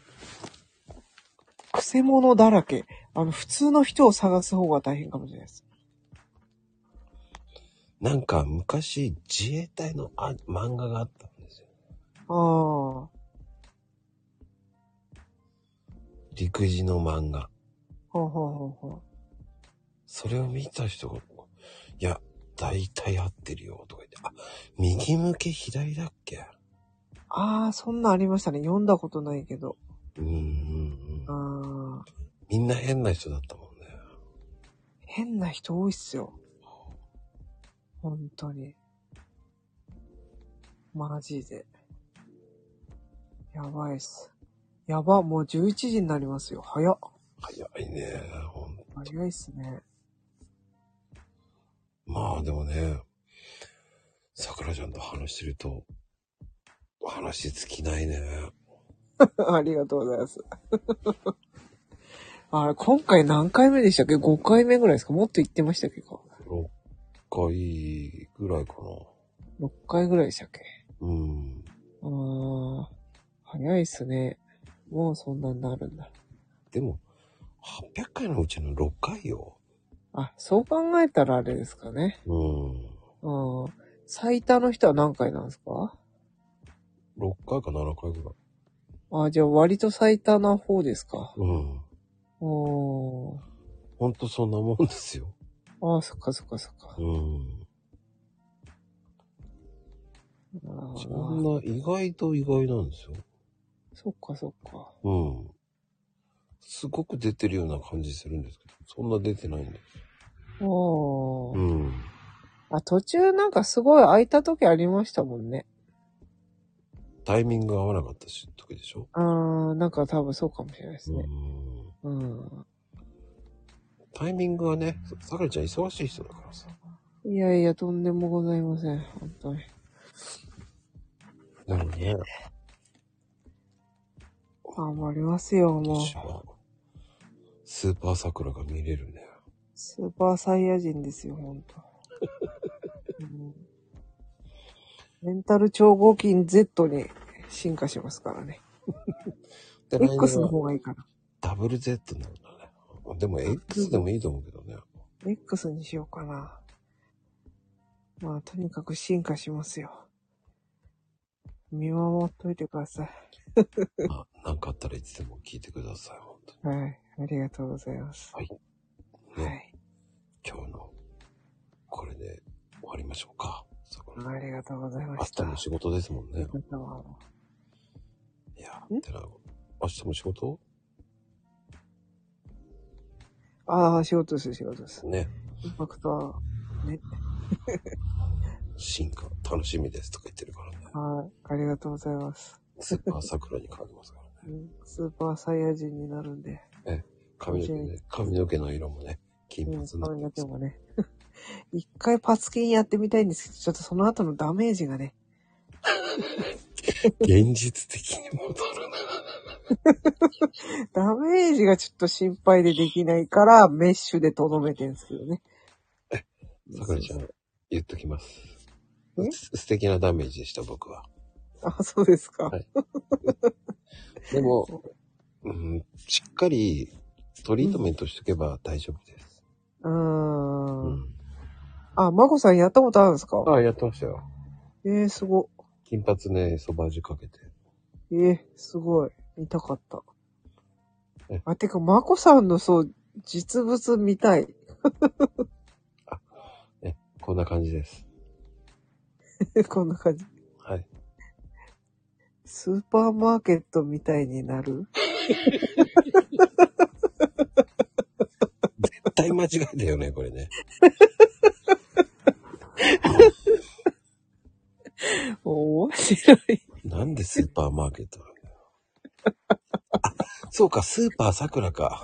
くせ者だらけ。あの、普通の人を探す方が大変かもしれないです。 なんか昔自衛隊のあ漫画があったんですよ。 ああ。 陸自の漫画。 ほうほうほうほう。 それを見た人が、いや、大体合ってるよとか言って、あ、右向け左だっけ？ ああ、そんなんありましたね。読んだことないけど。 うんうんうん。 ああ。 みんな変な人だったもんね。 変な人多いっすよ。本当に。マジで。やばいっす。やば、もうじゅういちじになりますよ。早っ。 早いね。ほん早いっすね。 まあでもね、さくらちゃんと話してると、話尽きないね。 ありがとうございます。あれ、今回何回目でしたっけ？ ご 回目ぐらいですか？もっと言ってましたっけか？ ろっかいぐらいかな。 ろっかいぐらいでしたっけ？ うん。 ああ、早いっすね。もうそんなになるんだ。 でも、はっぴゃっかいのうちのろっかいよ。 あ、そう考えたらあれですかね。 うん。 うん。最多の人は何回なんですか？ ろっかいかななかいぐらい。 あ、じゃあ割と最多な方ですか。 うん。 おー。 ほんとそんなもんですよ。 ああ、そっかそっかそっか。 うん。 あそんな意外と意外なんですよ。 そっかそっか。 うん。すごく出てるような感じするんですけど、そんな出てないんです。 おー。 うん。 あ、途中なんかすごい空いた時ありましたもんね。 タイミングが合わなかったし時でしょ。 あー、なんか多分そうかもしれないですね。 うん。 うん。 タイミングはね、さくらちゃん忙しい人だからさ。 いやいや、とんでもございません。本当に。 なのね。 頑張りますよ、もう。 スーパーさくらが見れるね。 スーパーサイヤ人ですよ、ほんと。うん、メンタル超合金 Z に進化しますからね。X の方がいいかな。 ダブル Z なんだね。でも X でもいいと思うけどね。 X にしようかな。まあ、とにかく進化しますよ。見守っといてください。 まあ、なんかあったらいつでも聞いてください、本当に。はい。ありがとうございます。 はい。 ね、はい。 今日の、これで終わりましょうか。 ありがとうございました。 明日も仕事ですもんね。いや、てな、明日も仕事？ ああ、仕事です、仕事です。 ね。 インパクトは、ね。 進化、楽しみですとか言ってるからね。 はい。ありがとうございます。 スーパー桜に変わりますからね。 うん、スーパーサイヤ人になるんで。 え、髪の毛ね、髪の毛の色もね、金髪になってます。 髪の毛もね。一回パツキンやってみたいんですけど、ちょっとその後のダメージがね。 現実的に戻るな。ダメージがちょっと心配でできないから、メッシュで留めてるんですけどね。 え、さくらちゃん、言っときます。素敵なダメージでした、僕は。 あ、そうですか。はい、 でも、うん、しっかりトリートメントしとけば大丈夫です。 うーん。うん、あ、まこさんやったことあるんですか？ あ、やってましたよ。 えー、すご。 金髪ね、そば味かけて。 えー、すごい。見たかった。あ、てか、まこさんのそう、実物見たい。 あ、ね、こんな感じです。 こんな感じ。 はい。 スーパーマーケットみたいになる？ 絶対間違いだよね、これね。 面白い。 なんでスーパーマーケットなんだよ。あ、そうか、スーパーさくらか。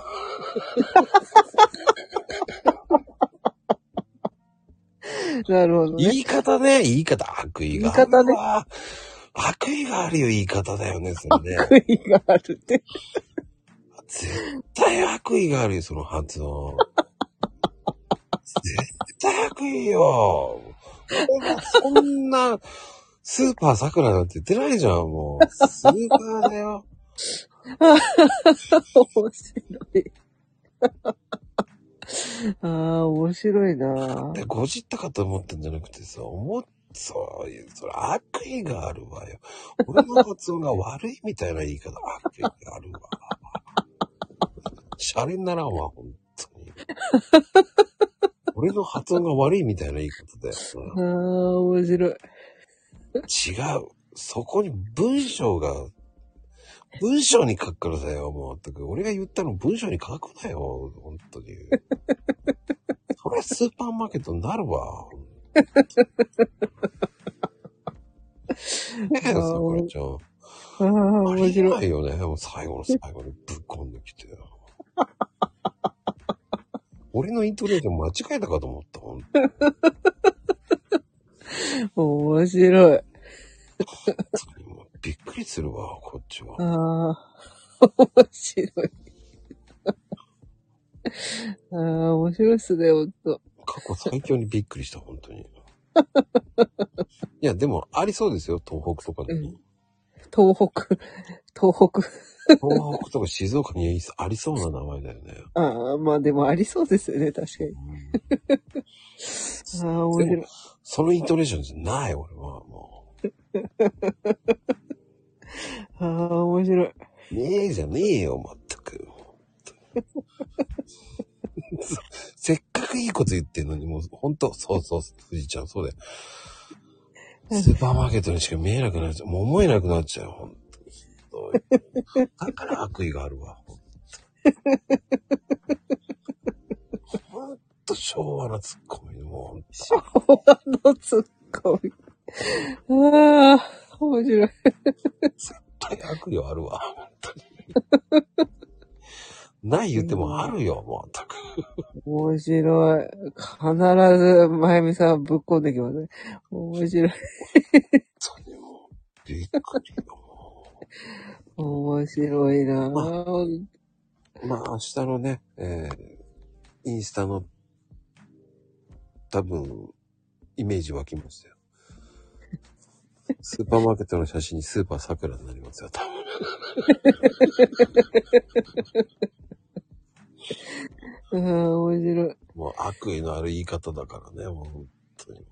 なるほどね。 言い方ね、言い方、悪意がある。言い方ね。悪意があるよ、言い方だよね、それね。 悪意があるね。 絶対悪意があるよ、その発音。絶対悪意よ。俺はそんな、スーパーさくらなんて言ってないじゃん、もう。スーパーだよ。 面白い。ああ、面白いな。 で、ごじったかと思ったんじゃなくてさ、思っ、そういう、それ悪意があるわよ。俺の発音が悪いみたいな言い方、悪意があるわ。シャレにならんわ、ほんとに。俺の発音が悪いみたいな言い方だよ。 ああ、面白い。 違う。そこに文章が、文章に書くからだよ、もう。俺が言ったの文章に書くなよ、ほんとに。それスーパーマーケットになるわ。ねえ、さくらちゃん。 ああ、面白い。 ありえないよね。もう最後の最後にぶっ込んできて。俺のイントネーション間違えたかと思った、ほんと。 面白い。 びっくりするわ、こっちは。 ああ、面白い。ああ、面白いっすね、ほんと。 過去最強にびっくりした、本当に。いや、でも、ありそうですよ、東北とかに。うん、 東北、東北。 東北とか静岡にありそうな名前だよね。 ああ、まあでもありそうですよね、確かに。うん、ああ、面白い。 そのイントネーションじゃない、俺は、もう。 ああ、面白い。 ねえじゃねえよ、まったく。せっかくいいこと言ってんのに、もう、ほんと、そうそう、富士ちゃん、そうだよ。スーパーマーケットにしか見えなくなっちゃう。もう思えなくなっちゃう、ほんとに。だから悪意があるわ、ほんと。ほんと昭和のツッコミ、もうほんと。 昭和のツッコミ。ああ、面白い。 絶対悪意はあるわ、ほんとに。ない言ってもあるよ、もう、たく。 面白い。必ず、まゆみさんぶっこんできますね。面白い。 そうね、もう、びっくりよ。 面白いなぁ。 まあ、まあ、明日のね、えー、インスタの、多分、イメージ湧きましたよ。スーパーマーケットの写真にスーパーさくらになりますよ、多分。 うん、面白い。 もう悪意のある言い方だからね、もう本当に。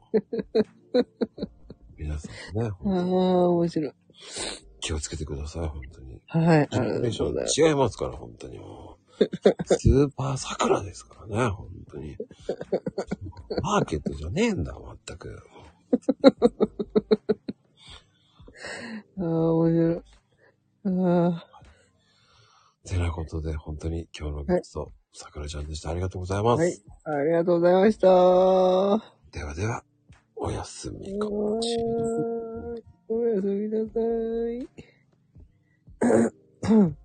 皆さんね、 ああ、面白い。 気をつけてください、本当に。 はい。 イントネーション違いますから、本当にもう。スーパーさくらですからね、本当に。マーケットじゃねえんだ、まったく。 ああ、面白い。ああ。 てなことで、本当に今日のゲスト、さくらちゃんでした。ありがとうございます。はい。 ありがとうございました。 ではでは、おやすみかもしれない。 おやすみなさい。